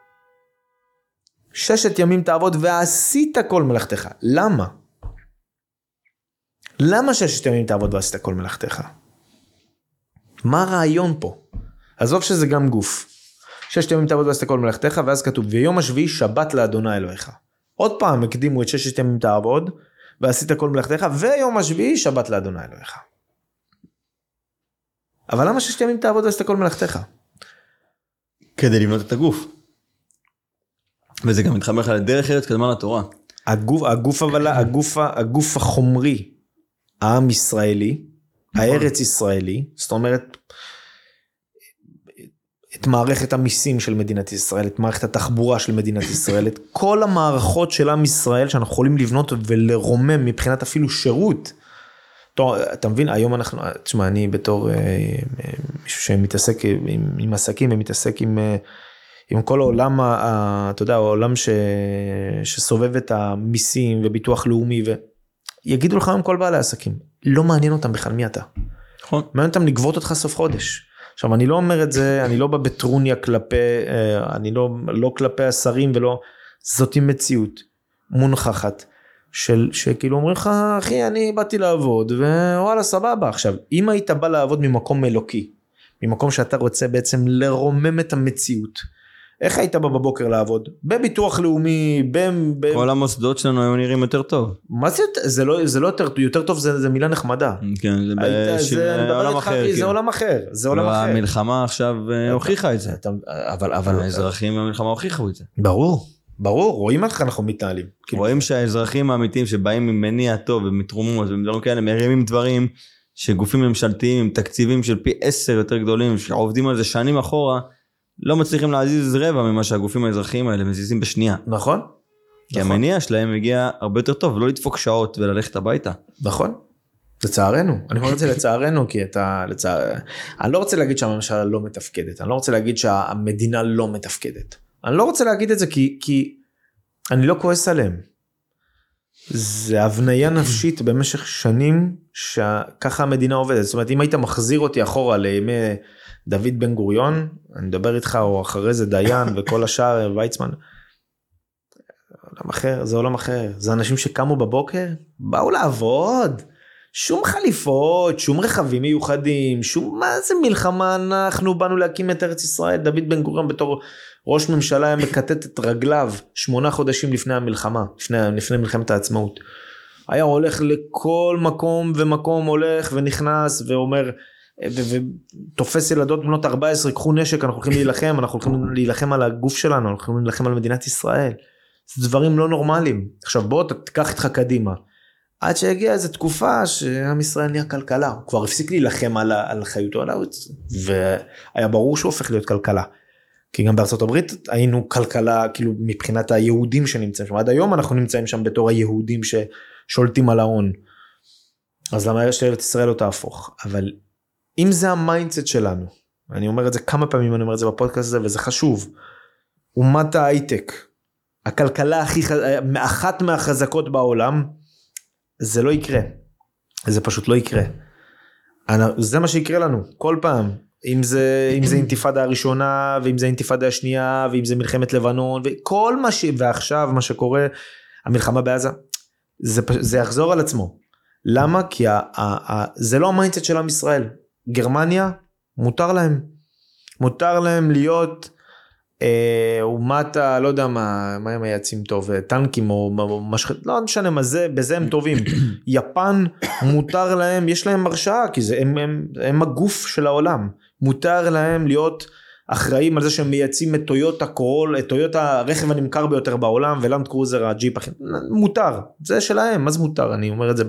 6 ימים תעבוד ועשית כל מלאכתך. למה? למה 6 ימים תעבוד ועשית כל מלאכתך? מה הרעיון פה? עזוב שזה גם גוף. 6 ימים תעבוד ועשית כל מלאכתך, ואז כתוב, ויום השביעי שבת לאדוני אלוהיך. עוד פעם הקדימו את 6 ימים תעבוד, ועשית כל מלאכתך, ויום השביעי שבת לאדוני אלוהיך. אבל למה 6 ימים תעבוד ועשית כל מלאכתך? כדי לבנות את הגוף. וזה גם מתחבר לך לדרך ארץ קדמה לתורה. הגוף החומרי, העם ישראלי, הארץ ישראלי, זאת אומרת, את מערכת המיסים של מדינת ישראל, את מערכת התחבורה של מדינת ישראל, את כל המערכות של עם ישראל שאנחנו יכולים לבנות ולרומם מבחינת אפילו שירות. אתה מבין, היום אנחנו, תשמע, אני בתור מישהו שמתעסק עם עסקים ומתעסק עם כל העולם, אתה יודע, העולם שסובב את המיסים וביטוח לאומי, ויגידו לך היום כל בעלי העסקים, לא מעניין אותם בכלל מי אתה. נכון. מעניין אותם לגבות אותך סוף חודש. עכשיו, אני לא אומר את זה, אני לא בא בטרוניה כלפי, אני לא כלפי השרים ולא, זאת מציאות מונחחת, שכאילו אומרים לך, אחי, אני באתי לעבוד, ווואלה, סבבה. עכשיו, אם היית בא לעבוד ממקום אלוקי, ממקום שאתה רוצה בעצם לרומם את המציאות, איך היית בא בבוקר לעבוד? בביטוח לאומי, כל המוסדות שלנו היו נראים יותר טוב. מה זה, זה לא יותר טוב, זה מילה נחמדה. כן, זה עולם אחר. זה עולם אחר, זה עולם אחר. המלחמה עכשיו הוכיחה את זה. אבל האזרחים במלחמה הוכיחו את זה. ברור, רואים איך אנחנו מתנהלים. רואים שהאזרחים האמיתיים שבאים עם מניע טוב ומתרומות ומדברים כאלה, מרימים דברים שגופים ממשלתיים עם תקציבים של פי 10 יותר גדולים, שעובדים על זה שנים אחורה, לא מצליחים להזיז רבע ממה שהגופים האזרחיים האלה מזיזים בשנייה. נכון. כי המניע שלהם מגיע הרבה יותר טוב, לא לדפוק שעות וללכת הביתה. נכון. לצערנו. אני אומר את זה לצערנו, כי אני לא רוצה להגיד שהממשלה לא מתפקדת, אני לא רוצה להגיד שהמדינה לא מתפקדת. אני לא רוצה להגיד את זה כי אני לא כועס עליהם. זה הבניה נפשית במשך שנים שככה המדינה עובדת. זאת אומרת, אם היית מחזיר אותי אחורה לימי דוד בן גוריון, אני מדבר איתך, או אחרי זה דיין וכל השאר, ויצמן, עולם אחר, זה עולם אחר. זה אנשים שקמו בבוקר, באו לעבוד, שום חליפות, שום רכבים מיוחדים, שום, מה זה מלחמה, אנחנו באנו להקים את ארץ ישראל. דוד בן גוריון בתור ראש ממשלה היה מקטט את רגליו 8 חודשים לפני המלחמה, לפני מלחמת העצמאות. היה הולך לכל מקום ומקום, הולך ונכנס ואומר, ותופס ילדות בנות 14, קחו נשק, אנחנו הולכים להילחם, אנחנו הולכים להילחם על הגוף שלנו, אנחנו הולכים להילחם על מדינת ישראל. זה דברים לא נורמליים. עכשיו בוא תיקח איתך קדימה. עד שהגיעה איזו תקופה שעם ישראל נהיה כלכלה, הוא כבר הפסיק להילחם על חיותו, והיה ברור שהוא הופך להיות כלכלה. כי גם בארצות הברית היינו כלכלה, כאילו מבחינת היהודים שנמצאים שם, עד היום אנחנו נמצאים שם בתור היהודים ששולטים על ההון. אז למה שארץ ישראל לא תהפוך? אבל אם זה המיינדסט שלנו, אני אומר את זה כמה פעמים, אני אומר את זה בפודקאסט הזה, וזה חשוב, אומת ההייטק, הכלכלה אחת מהחזקות בעולם, זה לא יקרה. זה פשוט לא יקרה. זה מה שיקרה לנו, כל פעם. אם זה אינתיפאדה הראשונה, ואם זה אינתיפאדה השנייה, ואם זה מלחמת לבנון, וכל מה ועכשיו מה שקורה, המלחמה בעזה, זה יחזור על עצמו. למה? כי זה לא המיינדסט של עם ישראל. גרמניה, מותר להם להיות אומת, לא יודע מה הם מייצאים טוב, טנקים או משחט, לא משנה מה זה, בזה הם טובים. יפן, מותר להם, יש להם הרשאה, כי הם הגוף של העולם. מותר להם להיות אחראים על זה שהם מייצאים את טויוטה קורול, את טויוטה הרכב הנמכר ביותר בעולם, ולנד קרוזר הג'יפ, מותר, זה שלהם, מה זה מותר? אני אומר את זה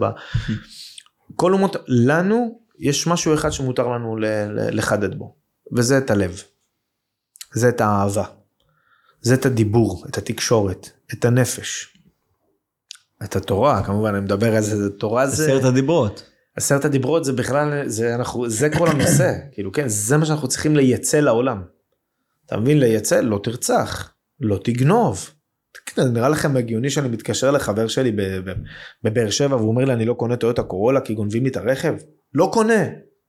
כל אומות, לנו יש משהו אחד שמותר לנו לחדד בו, וזה את הלב. זה את האהבה, זה את הדיבור, את התקשורת, את הנפש, את התורה, כמובן, אני מדבר על זה, תורה זה... 10 הדיברות. 10 הדיברות זה בכלל, זה כל הנושא, כאילו כן, זה מה שאנחנו צריכים לייצא לעולם. אתה מבין, לייצא, לא תרצח, לא תגנוב. נראה לכם הגיוני שאני מתקשר לחבר שלי בבאר שבע, והוא אומר לי, אני לא קונה טויוטה קורולה, כי גונבים לי את הרכב. לא קונה.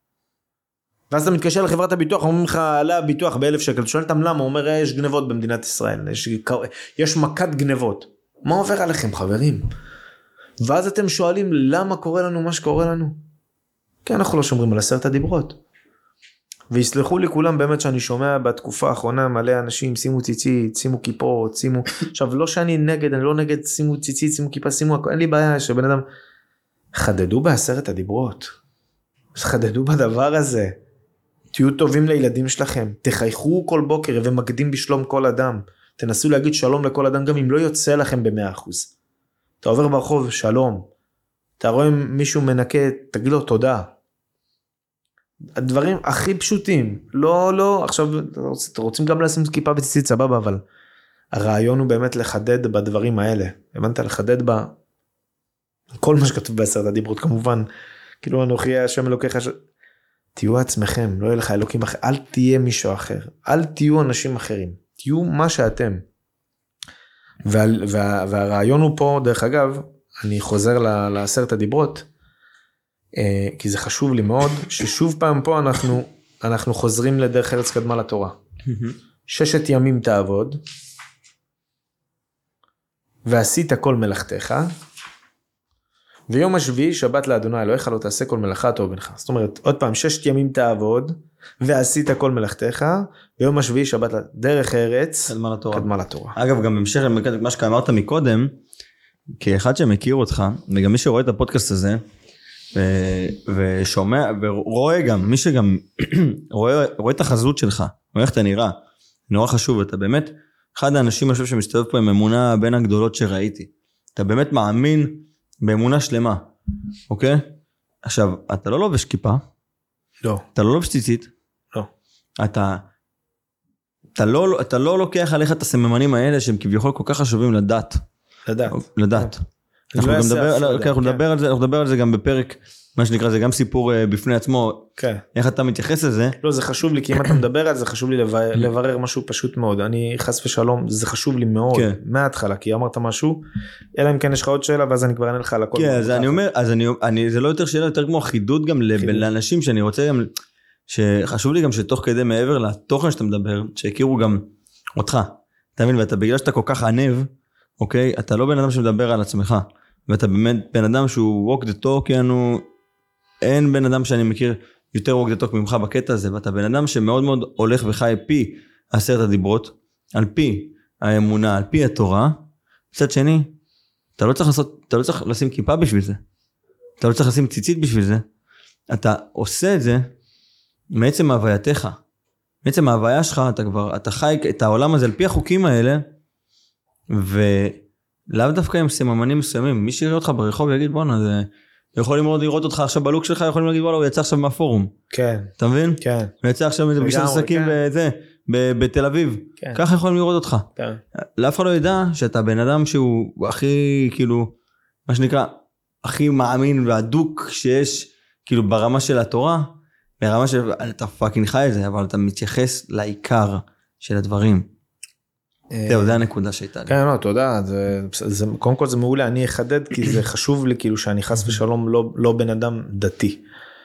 ואז אתה מתקשר לחברת הביטוח, אומרים לך, עלה הביטוח ב1,000 שקל, אתה שואל אותם למה, הוא אומר, יש גנבות במדינת ישראל, יש מכת גנבות. מה עובר עליכם, חברים? ואז אתם שואלים, למה קורה לנו מה שקורה לנו? כי אנחנו לא שומרים על 10 הדיברות. ויסלחו לי כולם באמת שאני שומע בתקופה האחרונה, מלא אנשים, שימו ציצית, שימו כיפות, שימו... עכשיו, לא שאני נגד, אני לא נגד, שימו ציצית, שימו כיפה, שימו... אין לי בעיה שבן אדם... חדדו ב10 הדיברות. חדדו בדבר הזה. תהיו טובים לילדים שלכם, תחייכו כל בוקר ומקדים בשלום כל אדם, תנסו להגיד שלום לכל אדם גם אם לא יוצא לכם ב100%. אתה עובר ברחוב, שלום, אתה רואה מישהו מנקה, תגיד לו תודה. הדברים הכי פשוטים, לא, עכשיו אתם רוצים גם לשים כיפה וציצית, סבבה, אבל הרעיון הוא באמת לחדד בדברים האלה, הבנת? לחדד כל מה שכתוב ב10 הדיברות, כמובן, כאילו אנוכי השם אלוקיך, תהיו עצמכם, לא יהיה לך אלוקים אחר, אל תהיה מישהו אחר, אל תהיו אנשים אחרים, תהיו מה שאתם. והרעיון הוא פה, דרך אגב, אני חוזר ל10 הדיברות, כי זה חשוב לי מאוד, ששוב פעם פה אנחנו חוזרים לדרך ארץ קדמה לתורה. 6 ימים תעבוד, ועשית כל מלאכתך, ויום השביעי שבת לאדוני אלוהיך לא תעשה כל מלאכה טוב בנך. זאת אומרת, עוד פעם, 6 ימים תעבוד, ועשית כל מלאכתך, ביום השביעי שבת דרך ארץ, קדמה לתורה. אגב, גם בהמשך למה שאמרת מקודם, כאחד שמכיר אותך, וגם מי שרואה את הפודקאסט הזה, ושומע, ורואה גם, מי שגם רואה את החזות שלך, רואה איך אתה נראה, נורא חשוב, אתה באמת, אחד האנשים, אני חושב שמסתובב פה עם אמונה בין הגדולות שראיתי, אתה באמת מאמין באמונה שלמה, אוקיי? עכשיו, אתה לא לובש כיפה, לא. אתה לא לובש ציצית, לא. אתה לא לוקח עליך את הסממנים האלה, שהם כביכול כל כך חשובים לדת. לדעת. אנחנו נדבר על זה גם בפרק, מה שנקרא, זה גם סיפור בפני עצמו, איך אתה מתייחס לזה. לא, זה חשוב לי, כי אם אתה מדבר על זה, חשוב לי לברר משהו פשוט מאוד. אני חס ושלום, זה חשוב לי מאוד, מההתחלה, כי אמרת משהו, אלא אם כן יש לך עוד שאלה, ואז אני כבר אענה לך על הכל. כן, אז אני אומר, זה לא יותר שאלה, יותר כמו חידוד גם לאנשים, שאני רוצה גם, שחשוב לי גם שתוך כדי מעבר לתוכן שאתה מדבר, שהכירו גם אותך, אתה מבין, ואתה בגלל שאתה כל כך ענב, אוקיי? אתה לא בן אדם שמדבר על עצמך, ואתה באמת בן אדם שהוא walk the talk, אין בן אדם שאני מכיר יותר walk the talk ממך בקטע הזה, ואתה בן אדם שמאוד מאוד הולך וחי פי 10 הדיברות, על פי האמונה, על פי התורה. מצד שני, אתה לא צריך לשים כיפה בשביל זה, אתה לא צריך לשים ציצית בשביל זה, אתה עושה את זה מעצם ההווייתך, מעצם ההוויה שלך, אתה חי את העולם הזה על פי החוקים האלה, ולאו דווקא עם סממנים מסוימים. מי שיראה אותך ברחוב יגיד בואנה, זה יכולים מאוד לראות אותך עכשיו בלוק שלך, יכולים להגיד וואלה הוא יצא עכשיו מהפורום, כן, אתה מבין? כן, הוא יצא עכשיו מפגישת עסקים בתל אביב, ככה יכולים לראות אותך. לאף אחד לא ידע שאתה בן אדם שהוא הכי כאילו מה שנקרא הכי מאמין והדוק שיש כאילו ברמה של התורה, ברמה של אתה פאקינג חי את זה, אבל אתה מתייחס לעיקר של הדברים. זהו, זה הנקודה שהייתה לי. כן, לא, תודה. קודם כל זה מעולה, אני אחדד, כי זה חשוב לי, כאילו שאני חס ושלום לא בן אדם דתי.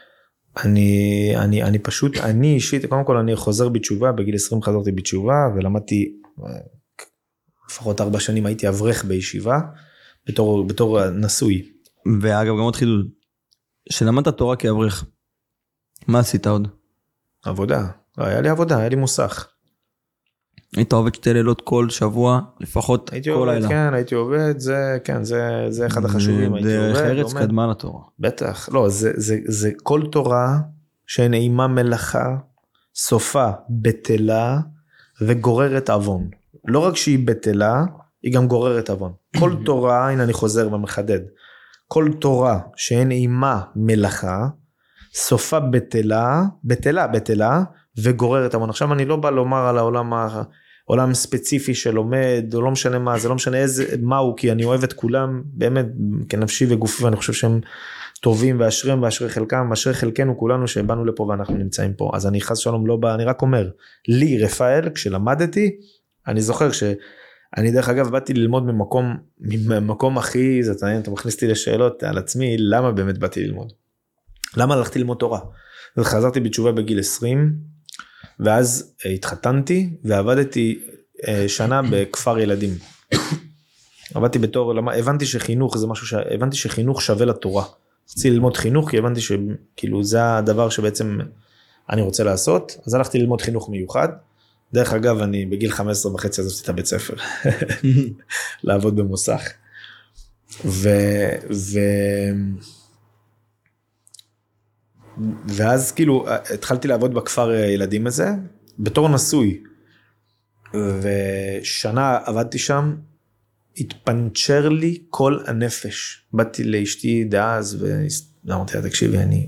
אני פשוט, אני אישית, קודם כל אני חוזר בתשובה, בגיל 20 חזרתי בתשובה, ולמדתי, לפחות 4 שנים הייתי אברך בישיבה, בתור נשוי. ואגב, גם עוד חידוד, שלמדת תורה כאברך, מה עשית עוד? עבודה. היה לי עבודה, היה לי מוסך. היית עובד 2 לילות כל שבוע, לפחות כל לילה. כן, הייתי עובד, זה אחד החשובים. דרך ארץ קדמה לתורה. בטח, לא, זה כל תורה שנעימה מלאכה, סופה בטלה וגוררת עוון. לא רק שהיא בטלה, היא גם גוררת עוון. כל תורה, הנה אני חוזר ומחדד, כל תורה שנעימה מלאכה, סופה בטלה וגוררת עוון. עכשיו אני לא בא לומר על העולם ספציפי שלומד, או לא משנה מה, זה לא משנה מה הוא, כי אני אוהב את כולם, באמת, כנפשי וגופי, ואני חושב שהם טובים, ואשרים, ואשרי חלקם, אשרי חלקנו כולנו, שבאנו לפה ואנחנו נמצאים פה, אז אני חס שלום לא בא, אני רק אומר, לי, רפאל, כשלמדתי, אני זוכר שאני דרך אגב, באתי ללמוד ממקום הכי, אתה מכניס לי לשאלות על עצמי, למה באמת באתי ללמוד? למה הלכתי ללמוד תורה? וחזרתי בתשובה בגיל 20, ואז התחתנתי, ועבדתי שנה בכפר ילדים. עבדתי הבנתי שחינוך זה משהו, הבנתי שחינוך שווה לתורה. רציתי ללמוד חינוך, כי הבנתי שכאילו זה הדבר שבעצם אני רוצה לעשות, אז הלכתי ללמוד חינוך מיוחד. דרך אגב, אני בגיל 15 וחצי עזבתי את הבית ספר, לעבוד במוסך. ואז כאילו התחלתי לעבוד בכפר ילדים הזה, בתור נשוי, ושנה עבדתי שם, התפנצ'ר לי כל הנפש. באתי לאשתי דאז, ואמרתי לה, תקשיבי, אני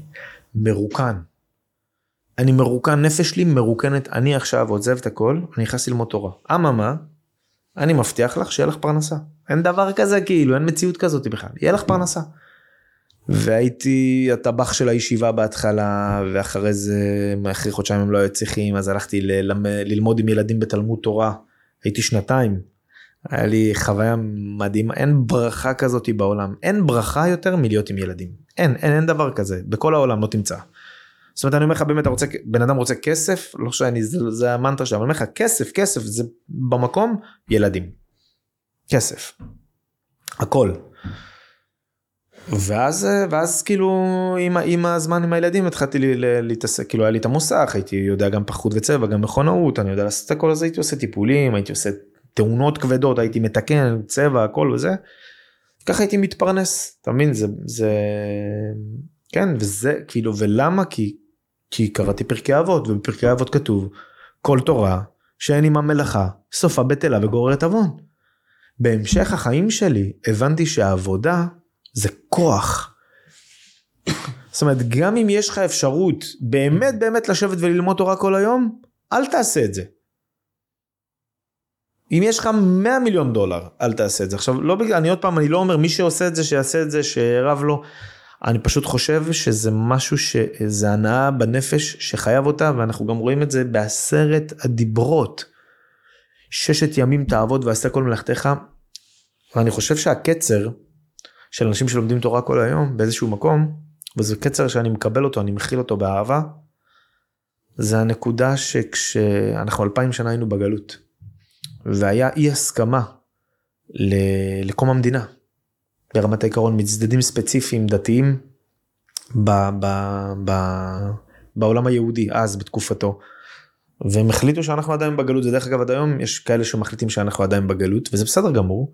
מרוקן, נפש לי מרוקנת, אני עכשיו עוזב את הכל, אני נכנס ללמוד תורה. אממה, אני מבטיח לך שיהיה לך פרנסה. אין דבר כזה כאילו, אין מציאות כזאת בכלל, יהיה לך פרנסה. והייתי הטבח של הישיבה בהתחלה, ואחרי זה, אחרי חודשיים הם לא היו צריכים, אז הלכתי ללמוד עם ילדים בתלמוד תורה, הייתי 2 היה לי חוויה מדהימה, אין ברכה כזאת בעולם, אין ברכה יותר מלהיות עם ילדים, אין דבר כזה, בכל העולם לא תמצא. זאת אומרת, אני אומר לך, באמת, בן אדם רוצה כסף, לא שאני, זה המנטרה שלו, אבל אני אומר לך, כסף, זה במקום, ילדים, כסף, הכל. ואז כאילו עם הזמן עם הילדים התחלתי להתעסק, כאילו היה לי את המוסך, הייתי יודע גם פחות וצבע, גם מכונאות, אני יודע לעשות הכל, אז הייתי עושה טיפולים, הייתי עושה תאונות כבדות, הייתי מתקן צבע, הכל וזה, ככה הייתי מתפרנס, אתה מבין, כן, וזה כאילו, ולמה? כי קראתי פרקי אבות, ובפרקי אבות כתוב, כל תורה שאין עמה מלאכה, סופה בטלה וגוררת עוון. בהמשך החיים שלי הבנתי שהעבודה זה כוח. זאת אומרת, גם אם יש לך אפשרות באמת באמת לשבת וללמוד תורה כל היום, אל תעשה את זה. אם יש לך $100 מיליון, אל תעשה את זה. עכשיו, לא בגלל, אני לא אומר מי שעושה את זה, שיעשה את זה, שרב לו. אני פשוט חושב שזה משהו שזה הנאה בנפש שחייב אותה, ואנחנו גם רואים את זה בעשרת הדיברות. 6 ימים תעבוד ועשה כל מלאכתך, ואני חושב שהקצר של אנשים שלומדים תורה כל היום באיזשהו מקום, וזה קצר שאני מקבל אותו, אני מכיל אותו באהבה, זה הנקודה שכשאנחנו 2000 שנה היינו בגלות, והיה אי הסכמה לקום המדינה, ברמת העיקרון מצדדים ספציפיים דתיים, בעולם היהודי, אז בתקופתו, והם החליטו שאנחנו עדיין בגלות, ודרך אגב עד היום יש כאלה שמחליטים שאנחנו עדיין בגלות, וזה בסדר גמור,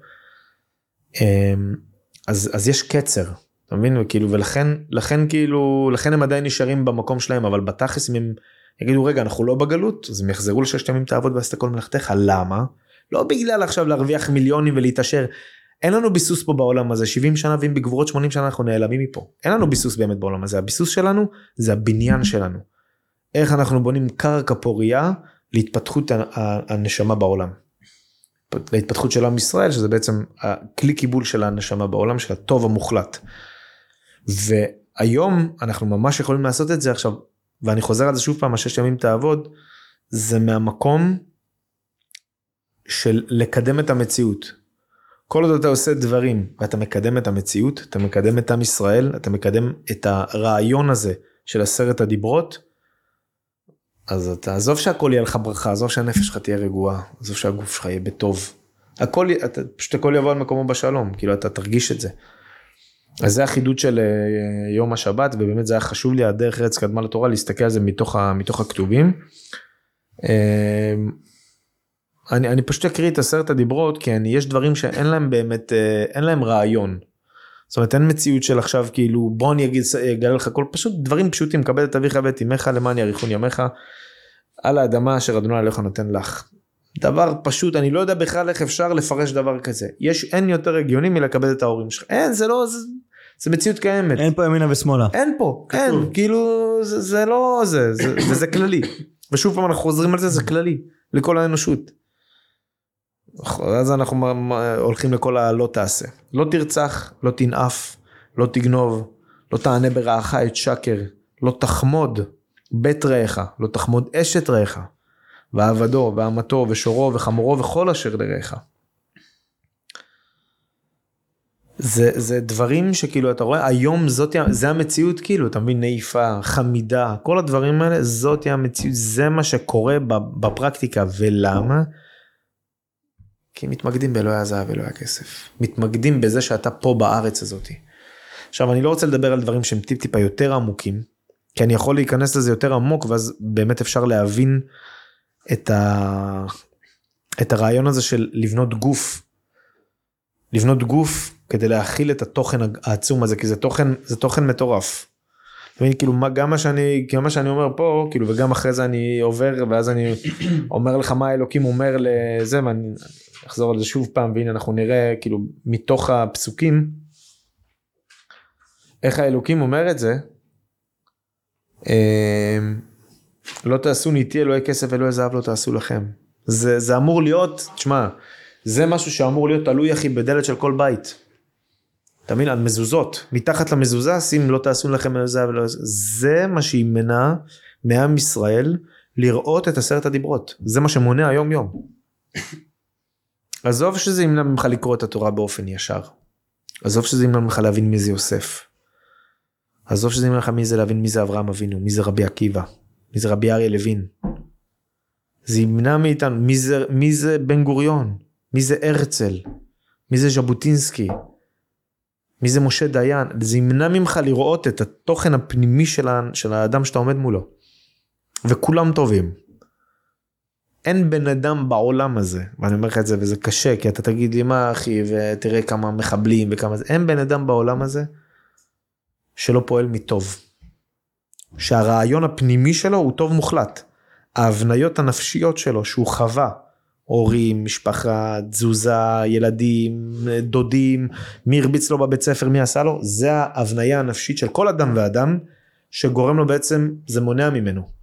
אז יש קצר, אתה מבין? וכאילו, לכן הם עדיין נשארים במקום שלהם, אבל בתכלס אם הם יגידו, רגע, אנחנו לא בגלות, אז הם יחזרו ל6 ימים תעבוד ועשת כל מלאכתך, למה? לא בגלל עכשיו להרוויח מיליונים ולהתעשר, אין לנו ביסוס פה בעולם הזה, 70 שנה ואם בגבורות 80 שנה אנחנו נעלמים מפה, אין לנו ביסוס באמת בעולם הזה, הביסוס שלנו זה הבניין שלנו, איך אנחנו בונים קרקע פוריה להתפתחות הנשמה בעולם. להתפתחות של עם ישראל, שזה בעצם הכלי קיבול של הנשמה בעולם, של הטוב המוחלט. והיום אנחנו ממש יכולים לעשות את זה עכשיו, ואני חוזר על זה שוב פעם, 6 ימים תעבוד, זה מהמקום של לקדם את המציאות. כל עוד אתה עושה דברים, ואתה מקדם את המציאות, אתה מקדם את עם ישראל, אתה מקדם את הרעיון הזה של 10 הדיברות, אז אתה עזוב שהכל יהיה לך ברכה, עזוב שהנפש שלך תהיה רגועה, עזוב שהגוף שלך יהיה בטוב. פשוט הכל יבוא על מקומו בשלום, כאילו אתה תרגיש את זה. אז זה החידוד של יום השבת, ובאמת זה היה חשוב לי, הדרך ארץ קדמה לתורה, להסתכל על זה מתוך הכתובים. אני פשוט אקריא את 10 הדיברות, כי יש דברים שאין להם באמת, אין להם רעיון. זאת אומרת, אין מציאות של עכשיו, כאילו, בוא אני אגלה לך כל, פשוט דברים פשוטים, קבל את אביך ואת אמך, למען יאריכון ימיך, על האדמה אשר אדוני אלוהיך נותן לך. דבר פשוט, אני לא יודע בכלל איך אפשר לפרש דבר כזה. אין יותר הגיוני מלקבל את ההורים שלך. אין, זה לא, זה מציאות קיימת. אין פה ימינה ושמאלה. אין פה, אין, כאילו, זה לא זה, וזה כללי. ושוב פעם אנחנו חוזרים על זה, זה כללי, לכל האנושות. אז אנחנו הולכים לכל הלא תעשה. לא תרצח, לא תנאף, לא תגנוב, לא תענה ברעך את שקר, לא תחמוד בית רעך, לא תחמוד אשת רעך, ועבדו, ואמתו, ושורו, וחמורו, וכל אשר לרעך. זה דברים שכאילו אתה רואה, היום זה המציאות כאילו, אתה מבין, נעיפה, חמידה, כל הדברים האלה, זאת המציאות, זה מה שקורה בפרקטיקה, ולמה? כי מתמקדים באלוהי הזהב ואלוהי הכסף. מתמקדים בזה שאתה פה בארץ הזאת. עכשיו, אני לא רוצה לדבר על דברים שהם טיפה יותר עמוקים, כי אני יכול להיכנס לזה יותר עמוק, ואז באמת אפשר להבין את הרעיון הזה של לבנות גוף. לבנות גוף כדי להכיל את התוכן העצום הזה, כי זה תוכן מטורף. כאילו, גם מה שאני אומר פה, כאילו, וגם אחרי זה אני עובר, ואז אני אומר לך מה האלוקים אומר לזה, ואני אחזור על זה שוב פעם, והנה אנחנו נראה, כאילו, מתוך הפסוקים, איך האלוקים אומר את זה, לא תעשו ניתי אלוהי כסף ואלוהי זהב לא תעשו לכם. זה אמור להיות, תשמע, זה משהו שאמור להיות תלוי אחי בדלת של כל בית. תמיד על מזוזות, מתחת למזוזה, שים לא תעשו לכם אלוהי זהב ולא... זה מה שימנע מעם ישראל לראות את 10 הדיברות. זה מה שמונע היום יום. עזוב שזה ימנע ממך לקרוא את התורה באופן ישר. עזוב שזה ימנע ממך להבין מי זה יוסף. עזוב שזה ימנע ממך מי זה להבין מי זה אברהם אבינו, מי זה רבי עקיבא, מי זה רבי אריה לוין. זה ימנע מאיתנו, מי זה בן גוריון, מי זה הרצל, מי זה ז'בוטינסקי. מי זה משה דיין? זה ימנע ממך לראות את התוכן הפנימי של האדם שאתה עומד מולו. וכולם טובים. אין בן אדם בעולם הזה, ואני אומר לך את זה, וזה קשה, כי אתה תגיד לי מה אחי, ותראה כמה מחבלים וכמה זה, אין בן אדם בעולם הזה, שלא פועל מטוב. שהרעיון הפנימי שלו הוא טוב מוחלט. ההבניות הנפשיות שלו, שהוא חווה, הורים, משפחה, תזוזה, ילדים, דודים, מי הרביץ לו בבית ספר, מי עשה לו, זה ההבניה הנפשית של כל אדם ואדם, שגורם לו בעצם, זה מונע ממנו.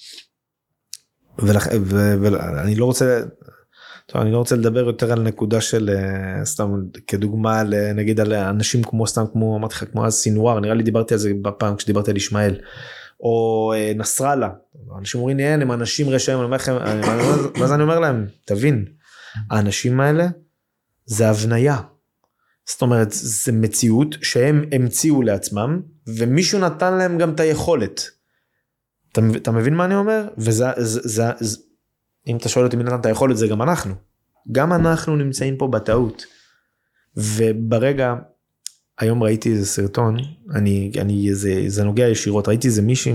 ואני לא רוצה, טוב, אני לא רוצה לדבר יותר על נקודה של, סתם כדוגמה, נגיד על אנשים כמו, סתם כמו, אמרתי לך, כמו אז סינואר, נראה לי דיברתי על זה בפעם כשדיברתי על ישמעאל, או נסראללה, אנשים אומרים, הם אנשים רשעים, אני אומר לכם, ואז אני אומר להם, תבין, האנשים האלה, זה הבניה, זאת אומרת, זה מציאות שהם המציאו לעצמם, ומישהו נתן להם גם את היכולת, אתה מבין מה אני אומר? אם אתה שואל אותי מי נתן את היכולת, זה גם אנחנו נמצאים פה בטעות, וברגע, היום ראיתי איזה סרטון, זה נוגע ישירות, ראיתי איזה מישהי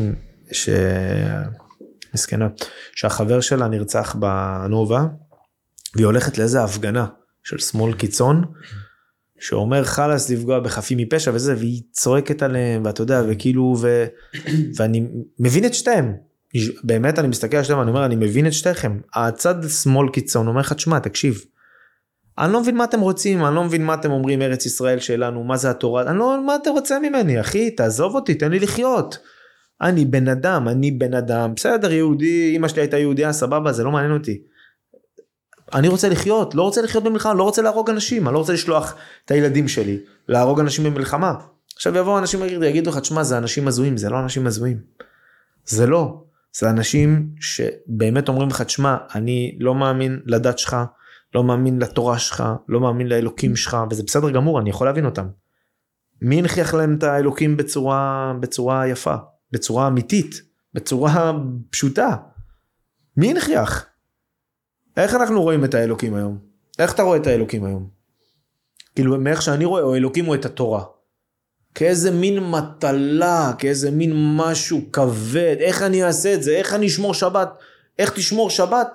מסכנה, שהחבר שלה נרצח בנובה, והיא הולכת לאיזה הפגנה של שמאל קיצון, שאומר חלס לפגוע בחפים מפשע וזה, והיא צועקת עליהם, ואתה יודע, וכאילו, ואני מבין את שתיהם, באמת אני מסתכל על שתיהם, אני אומר, אני מבין את שתיכם, הצד שמאל קיצון, אומר לך, תשמע, תקשיב, אני לא מבין מה אתם רוצים, אני לא מבין מה אתם אומרים, ארץ ישראל שלנו, מה זה התורה, אני לא מבין מה אתם רוצים ממני, אחי, תעזוב אותי, תן לי לחיות, אני בן אדם, בסדר, יהודי, אמא שלי הייתה יהודיה, סבבה, זה לא מעניין אותי, אני רוצה לחיות, לא רוצה לחיות במלחמה, לא רוצה להרוג אנשים, אני לא רוצה לשלוח את הילדים שלי, להרוג אנשים במלחמה, עכשיו יבואו אנשים ויגידו לך, תשמע, זה אנשים הזויים, זה לא אנשים הזויים, זה לא, זה אנשים שבאמת אומרים לך, תשמע, אני לא מאמין לדת שלך, לא מאמין לתורה שלך, לא מאמין לאלוקים שלך, וזה בסדר גמור, אני יכול להבין אותם. מי הנחיח להם את האלוקים בצורה יפה, בצורה אמיתית, בצורה פשוטה? מי הנחיח? איך אנחנו רואים את האלוקים היום? איך אתה רואה את האלוקים היום? כאילו, מאיך שאני רואה, או אלוקים או את התורה. כאיזה מין מטלה, כאיזה מין משהו כבד, איך אני אעשה את זה, איך אני אשמור שבת, איך תשמור שבת?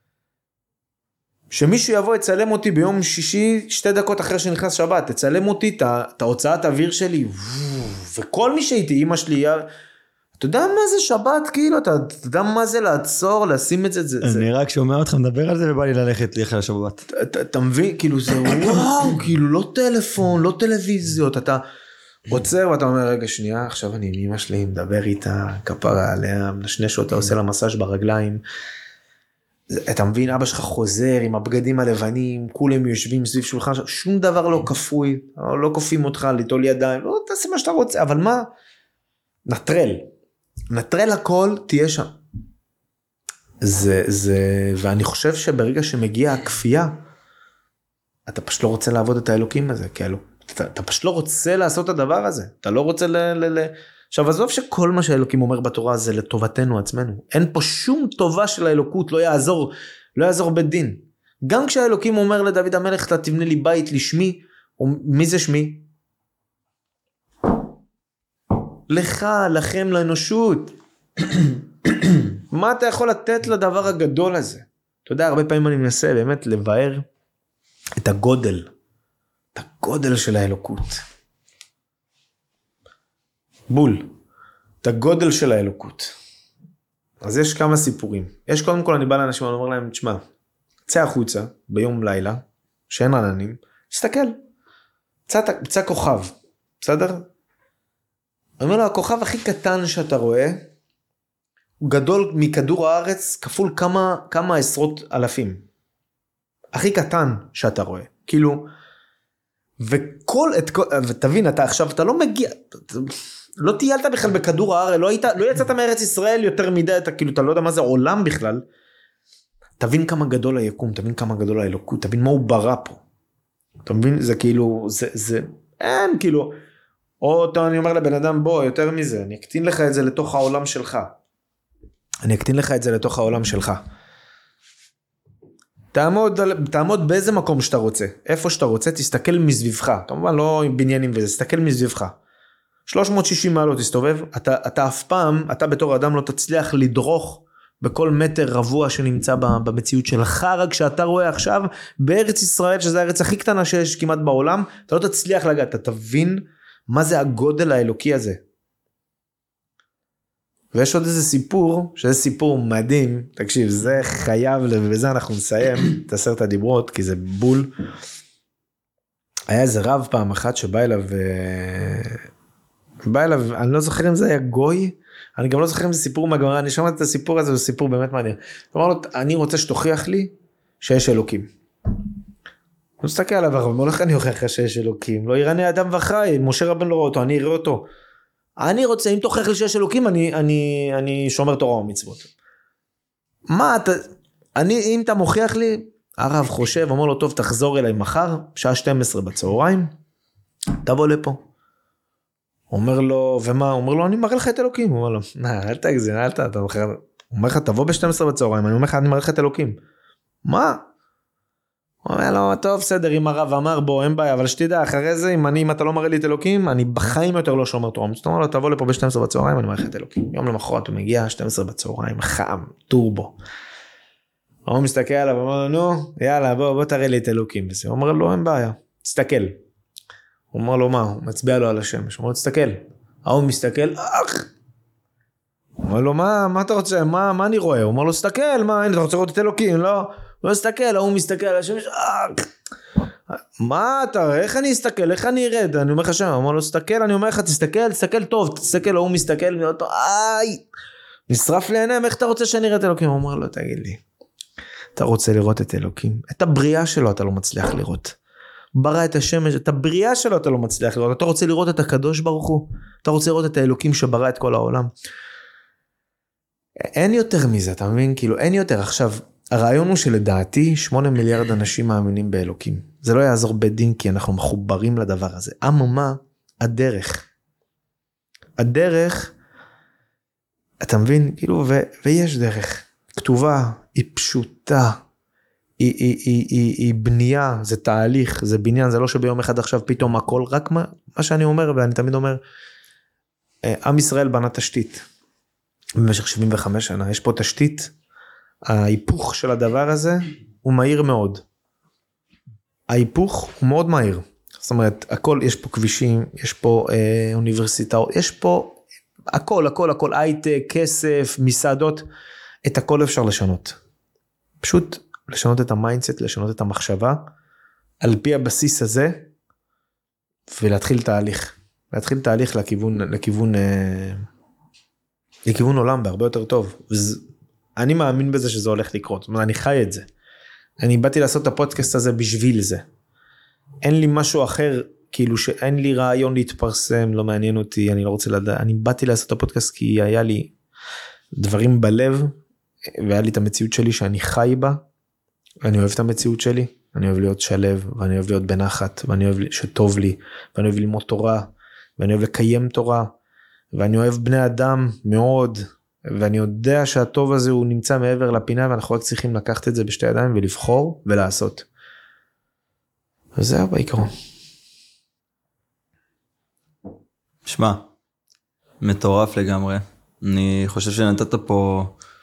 שמישהו יבוא יצלם אותי ביום שישי, 2 דקות אחרי שנכנס שבת, תצלם אותי את ההוצאת האוויר שלי, וכל מי שהייתי, אמא שלי, אתה יודע מה זה שבת, כאילו, אתה יודע מה זה לעצור, לשים את זה, אני רק שומע אותך מדבר על זה, ובא לי ללכת ליחד לשבת. אתה מבין, כאילו זה וואו, כאילו לא טלפון, לא טלוויזיות, אתה עוצר ואתה אומר, רגע שנייה, עכשיו אני עם אמא שלי, מדבר איתה, כפרה עליה, מנשנש אותה, עושה לה מסאז' ברגליים, אתה מבין, אבא שלך חוזר עם הבגדים הלבנים, כולם יושבים סביב שולחן, שום דבר לא כפוי, לא כופים אותך, ליטול ידיים, לא תעשה מה שאתה רוצה, אבל מה? נטרל הכל, תהיה שם. ואני חושב שברגע שמגיעה הכפייה, אתה פשוט לא רוצה לעבוד את האלוקים הזה, כי אתה פשוט לא רוצה לעשות את הדבר הזה, אתה לא רוצה עכשיו, עזוב שכל מה שהאלוקים אומר בתורה זה לטובתנו עצמנו. אין פה שום טובה של האלוקות, לא יעזור בית דין. גם כשהאלוקים אומר לדוד המלך, אתה תבנה לי בית לשמי, מי זה שמי? לך, לכם, לאנושות. מה אתה יכול לתת לדבר הגדול הזה? אתה יודע, הרבה פעמים אני מנסה באמת לבאר את הגודל של האלוקות. בול, את הגודל של האלוקות. אז יש כמה סיפורים. יש קודם כל, אני בא לאנשים, אני אומר להם, תשמע, צא החוצה ביום לילה, שאין עננים, תסתכל, צא כוכב, בסדר? אני אומר לו, הכוכב הכי קטן שאתה רואה, הוא גדול מכדור הארץ, כפול כמה עשרות אלפים. הכי קטן שאתה רואה. כאילו, ותבין, אתה לא מגיע, לא טיילת בכלל בכדור הארץ, לא יצאת מארץ ישראל יותר מדי, אתה לא יודע מה זה עולם בכלל, תבין כמה גדול היקום, תבין כמה גדול האלוקות, תבין מה הוא ברא פה, אתה מבין, זה כאילו, אין כאילו, או אני אומר לבן אדם, בוא, יותר מזה, אני אקטין לך את זה לתוך העולם שלך, תעמוד באיזה מקום שאתה רוצה, איפה שאתה רוצה, תסתכל מסביבך, כמובן לא בניינים וזה, תסתכל מסביבך. 360 מעלות תסתובב, אתה אף פעם, אתה בתור אדם לא תצליח לדרוך בכל מטר רבוע שנמצא במציאות שלך, רק שאתה רואה עכשיו בארץ ישראל, שזה הארץ הכי קטנה שיש כמעט בעולם, אתה לא תצליח לגעת, אתה תבין מה זה הגודל האלוקי הזה. ויש עוד איזה סיפור, שזה סיפור מדהים, תקשיב, זה חייב, ובזה אנחנו נסיים את 10 הדיברות, כי זה בול. היה איזה רב פעם אחת שבא אליו, אני לא זוכר אם זה היה גוי, אני גם לא זוכר אם זה סיפור מהגמרא, אני שמעתי את הסיפור הזה, זה סיפור באמת מעניין. הוא אמר לו, אני רוצה שתוכיח לי שיש אלוקים. הוא מסתכל עליו, הוא אומר לך, אני אוכיח לך שיש אלוקים, לא יראה אדם וחי, משה רבן לא רואה אותו, אני אראה אותו. אני רוצה, אם תוכיח לי שיש אלוקים, אני שומר תורה ומצוות. מה אתה, אם אתה מוכיח לי, הרב חושב, אומר לו, טוב, תחזור אליי מחר, שעה 12 בצהריים, תבוא לפה. אומר לו, ומה? אומר לו, אני מראה לך את אלוקים. הוא אומר לו, אל תגזין, אתה אומר לך, תבוא ב-12 בצהריים, אני אומר לך, אני מראה לך את אלוקים. מה? הוא אומר לו, טוב, בסדר, אם הרב אמר בו, אין בעיה, אבל שתדע, אחרי זה, אם אתה לא מראה לי את אלוקים, אני בחיים יותר לא שומר תורה. זאת אומרת לו, תבוא לפה ב-12 בצהריים, אני מראה לך את אלוקים. יום למחרת הוא מגיע, 12 בצהריים, חם, טורבו. הוא מסתכל עליו, הוא אומר לו, נו, יאללה, בוא תראה לי את אלוקים. הוא אומר לו, אין בעיה, תסתכל. הוא אומר לו, מה? הוא מצביע לו על השמש. הוא אומר לו, תסתכל. הוא מסתכל, הוא אומר לו, מה אתה רוצה? מה אני רואה? הוא אומר לו, תסתכל, מה? אתה רוצה לראות את אלוקים? לא. הוא מסתכל, הוא מסתכל על השמש, מה אתה, איך אני אסתכל, איך אני ארד? אני אומר לך שם, הוא אומר לו, תסתכל, אני אומר לך, תסתכל טוב, תסתכל, הוא מסתכל, נשרף לי עיניים, איך אתה רוצה שאני אראה את אלוקים? הוא אומר לו, תגיד לי, אתה רוצה לראות את אלוקים? את הבריאה שלו אתה לא מצליח לראות. ברא את השמש, את הבריאה שלו אתה לא מצליח לראות. אתה רוצה לראות את הקדוש ברוך הוא? אתה רוצה לראות את האלוקים שברא את כל העולם? אין יותר מזה, אתה מבין? כאילו, אין יותר. עכשיו, הרעיון הוא שלדעתי 8 מיליארד אנשים מאמינים באלוקים. זה לא יעזור בדין כי אנחנו מחוברים לדבר הזה. אממה, הדרך, אתה מבין? כאילו, ויש דרך. כתובה, היא פשוטה, היא בנייה, זה תהליך, זה בניין, זה לא שביום אחד עכשיו פתאום הכל, רק מה שאני אומר, ואני תמיד אומר, עם ישראל בנה תשתית, במשך 75 שנה, יש פה תשתית, ההיפוך של הדבר הזה, הוא מהיר מאוד, ההיפוך הוא מאוד מהיר, זאת אומרת, הכל, יש פה כבישים, יש פה אוניברסיטאות, יש פה הכל, הייטק, כסף, מסעדות, את הכל אפשר לשנות, פשוט לשנות את המיינדסט, לשנות את המחשבה, על פי הבסיס הזה, ולהתחיל תהליך לכיוון עולם, בהרבה יותר טוב. אני מאמין בזה שזה הולך לקרות, זאת אומרת, אני חי את זה. אני באתי לעשות את הפודקאסט הזה בשביל זה. אין לי משהו אחר, כאילו שאין לי רעיון להתפרסם, לא מעניין אותי, אני לא רוצה לדעת, אני באתי לעשות את הפודקאסט כי היה לי דברים בלב, והיה לי את המציאות שלי שאני חי בה, ואני אוהב את המציאות שלי, אני אוהב להיות שלב, ואני אוהב להיות בנחת, ואני אוהב שטוב לי, ואני אוהב ללמוד תורה, ואני אוהב לקיים תורה, ואני אוהב בני אדם מאוד, ואני יודע שהטוב הזה הוא נמצא מעבר לפינה, ואנחנו רק צריכים לקחת את זה בשתי ידיים, ולבחור ולעשות. וזהו בעיקרון. שמע, מטורף לגמרי. אני חושב שנתת פה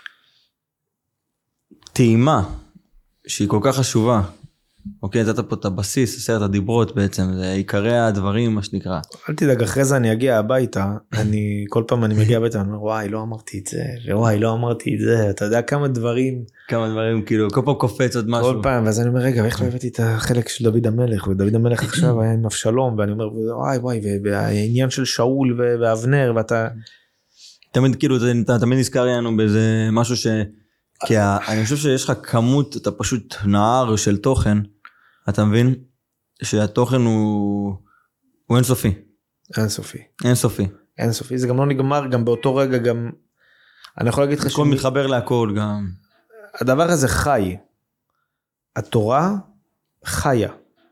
טעימה שהיא כל כך חשובה. אוקיי, נתת פה את הבסיס, 10 הדיברות בעצם, זה עיקרי הדברים, מה שנקרא. אל תדאג, אחרי זה אני אגיע הביתה, כל פעם אני מגיע הביתה, אני אומר, וואי, לא אמרתי את זה, וואי, לא אמרתי את זה, אתה יודע כמה דברים, כאילו, כל פעם קופץ עוד משהו. כל פעם, ואז אני אומר, רגע, איך לא הבאתי את החלק של דוד המלך, ודוד המלך עכשיו היה עם אבשלום, ואני אומר, וואי, והעניין של שאול ואבנר, ואתה... תמיד, כאילו, אתה תמיד נזכר לנו באיזה משהו כי אני חושב שיש לך כמות, אתה פשוט נהר של תוכן, אתה מבין? שהתוכן הוא אינסופי. אינסופי, זה גם לא נגמר, גם באותו רגע, גם, אני יכול להגיד לך הכל מתחבר להכל גם. הדבר הזה חי. התורה חיה.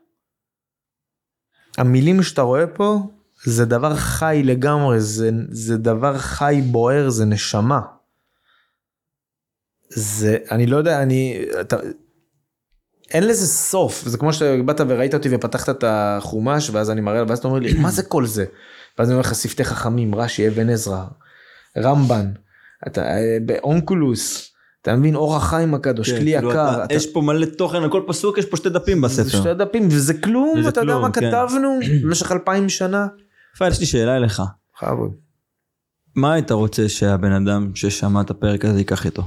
המילים שאתה רואה פה, זה דבר חי לגמרי, זה דבר חי בוער, זה נשמה. אני לא יודע, אין לזה סוף, זה כמו שבאת וראית אותי ופתחת את החומש, ואז אני מראה, ואז אתה אומר לי, מה זה כל זה? ואז אני אומר לך, שפתי חכמים, רש"י, אבן עזרא, רמב"ן, באונקולוס, אתה מבין, אור החיים הקדוש, כלי יקר. יש פה מלא תוכן, על כל פסוק יש פה 2 דפים בספר. 2 דפים, וזה כלום, אתה יודע מה כתבנו במשך 2000 שנה? יפה, יש לי שאלה אליך. חבוד. מה היית רוצה שהבן אדם ששמע את הפרק הזה ייקח איתו?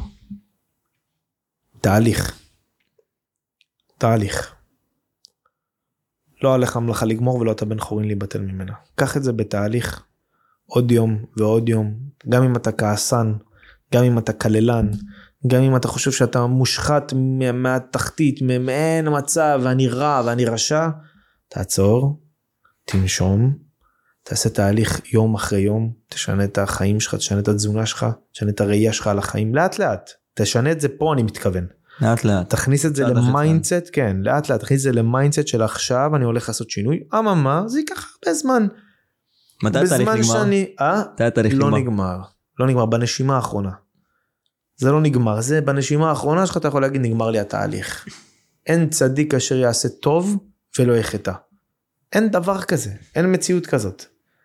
תהליך. לא עליך מלאכה לגמור ולא אתה בן חורין להיבטל ממנה. קח את זה בתהליך, עוד יום ועוד יום, גם אם אתה כעסן, גם אם אתה כללן, גם אם אתה חושב שאתה מושחת מהתחתית, מאין המצב, ואני רע ואני רשע, תעצור, תנשום, תעשה תהליך יום אחרי יום, תשנה את החיים שלך, תשנה את התזונה שלך, תשנה את הראייה שלך על החיים, לאט לאט, תשנה את זה פה אני מתכוון. לאט לאט. תכניס את זה למיינדסט, כן, לאט לאט, תכניס את זה למיינדסט של עכשיו, אני הולך לעשות שינוי, מה, זה ייקח הרבה זמן. מתי התהליך נגמר? מתי התהליך נגמר? לא נגמר, בנשימה האחרונה. זה לא נגמר, זה בנשימה האחרונה שלך אתה יכול להגיד נגמר לי התהליך. אין צדיק אשר יעשה טוב ולא יחטא. אין דבר כזה, אין מציאות כזאת.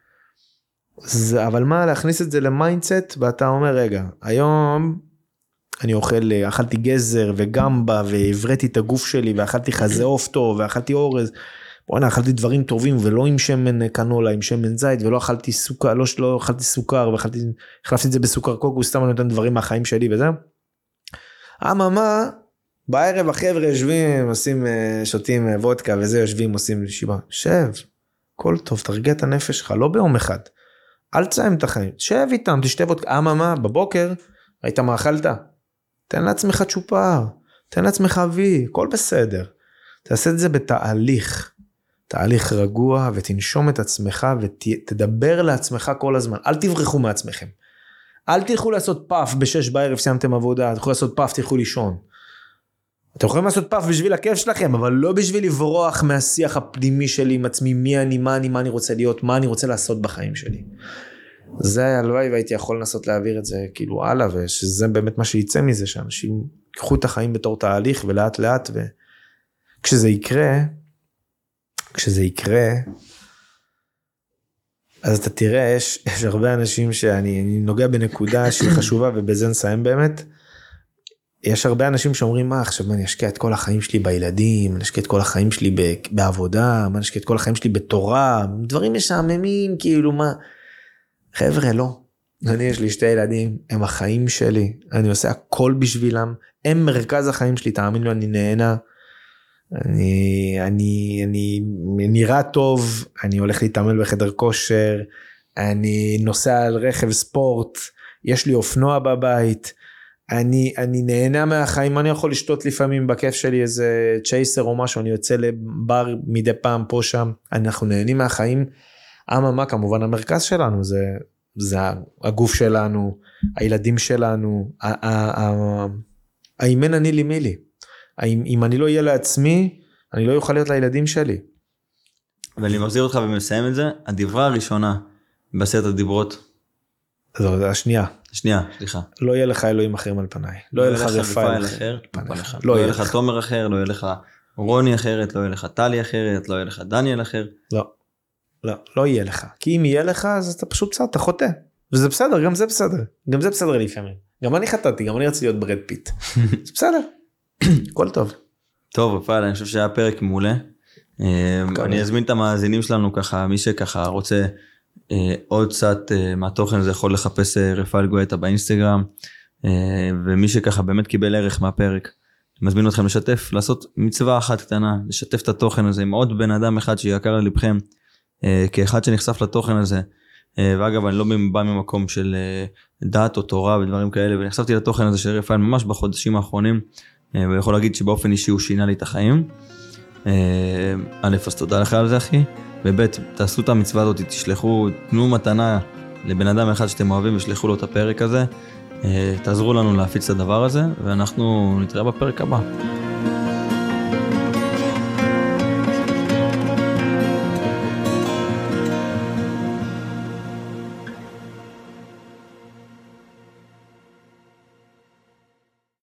אבל מה, להכניס את זה למיינדסט, ואתה אומר רגע, היום אני אכלתי גזר וגמבה, והבראתי את הגוף שלי, ואכלתי חזה עוף טוב, ואכלתי אורז, בוא'נה, אכלתי דברים טובים, ולא עם שמן קנולה, עם שמן זית, ולא אכלתי סוכר, לא אכלתי סוכר, והחלפתי את זה בסוכר קוקוס, סתם אני נותן דברים מהחיים שלי וזה. מה, בערב החבר'ה יושבים, עושים, שותים וודקה, וזה יושבים, עושים שיבה. שב, כל טוב, תרגיע את הנפש שלך, לא ביום אחד. אל תסיים את החיים, שב איתם, תשתה וודקה. בבוקר, ראית מה אכלת? תן לעצמך צ'ופר, תן לעצמך וי, הכל בסדר. תעשה את זה בתהליך. תהליך רגוע, ותנשום את עצמך, ותדבר לעצמך כל הזמן. אל תברחו מעצמכם. אל תלכו לעשות פאף ב6 בערב, סיימתם עבודה, תלכו לעשות פאף, תלכו לישון. אתם יכולים לעשות פאף בשביל הכיף שלכם, אבל לא בשביל לברוח מהשיח הפנימי שלי עם עצמי, מי אני, מה אני רוצה להיות, מה אני רוצה לעשות בחיים שלי. זה הלוואי והייתי יכול לנסות להעביר את זה כאילו הלאה, ושזה באמת מה שיצא מזה, שאנשים ייקחו את החיים בתור תהליך, ולאט לאט, וכשזה יקרה, אז אתה תראה, יש הרבה אנשים שאני נוגע בנקודה שהיא חשובה, ובזה נסיים באמת. יש הרבה אנשים שאומרים, מה, עכשיו אני אשקיע את כל החיים שלי בילדים, אני אשקיע את כל החיים שלי בעבודה, אני אשקיע את כל החיים שלי בתורה, דברים משעממים, כאילו מה. חבר'ה, לא. יש לי 2 ילדים, הם החיים שלי, אני עושה הכל בשבילם, הם מרכז החיים שלי, תאמין לו, אני נהנה. אני נראה טוב, אני הולך להתאמן בחדר כושר, אני נוסע על רכב ספורט, יש לי אופנוע בבית, אני נהנה מהחיים, אני יכול לשתות לפעמים בכיף שלי איזה צ'ייסר או משהו, אני יוצא לבר מדי פעם פה שם, אנחנו נהנים מהחיים. מה כמובן המרכז שלנו, זה הגוף שלנו, הילדים שלנו, האימן אני לי מילי. אם אני לא אהיה לעצמי, אני לא יוכל להיות לילדים שלי. ואני מחזיר אותך ומסיים את זה, הדברה הראשונה בעשרת הדיברות. זו השנייה. סליחה. לא יהיה לך אלוהים אחרים על פניי. לא יהיה לך רפאל אחר. לא יהיה לך תומר אחר, לא יהיה לך רוני אחרת, לא יהיה לך טלי אחרת, לא יהיה לך דניאל אחר. לא יהיה לך. כי אם יהיה לך, אז אתה פשוט אתה חוטא. וזה בסדר, גם זה בסדר. גם זה בסדר לפעמים. גם אני חטאתי, גם אני רציתי להיות ברד פיט. זה בסדר. הכל טוב. טוב, רפאל, אני חושב שהיה פרק מעולה. אני אזמין את המאזינים שלנו ככה, מי שככה רוצה עוד קצת מהתוכן הזה יכול לחפש רפאל גואטה באינסטגרם, ומי שככה באמת קיבל ערך מהפרק, מזמין אתכם לשתף, לעשות מצווה אחת קטנה, לשתף את התוכן הזה עם עוד בן אדם אחד שיקר ללבכם, כאחד שנחשף לתוכן הזה, ואגב אני לא בא ממקום של דת או תורה ודברים כאלה, ונחשפתי לתוכן הזה של רפאל ממש בחודשים האחרונים, ויכול להגיד שבאופן אישי הוא שינה לי את החיים. א', אז תודה לך על זה אחי, וב', תעשו את המצווה הזאת, תשלחו, תנו מתנה לבן אדם אחד שאתם אוהבים ושלחו לו את הפרק הזה, תעזרו לנו להפיץ את הדבר הזה, ואנחנו נתראה בפרק הבא.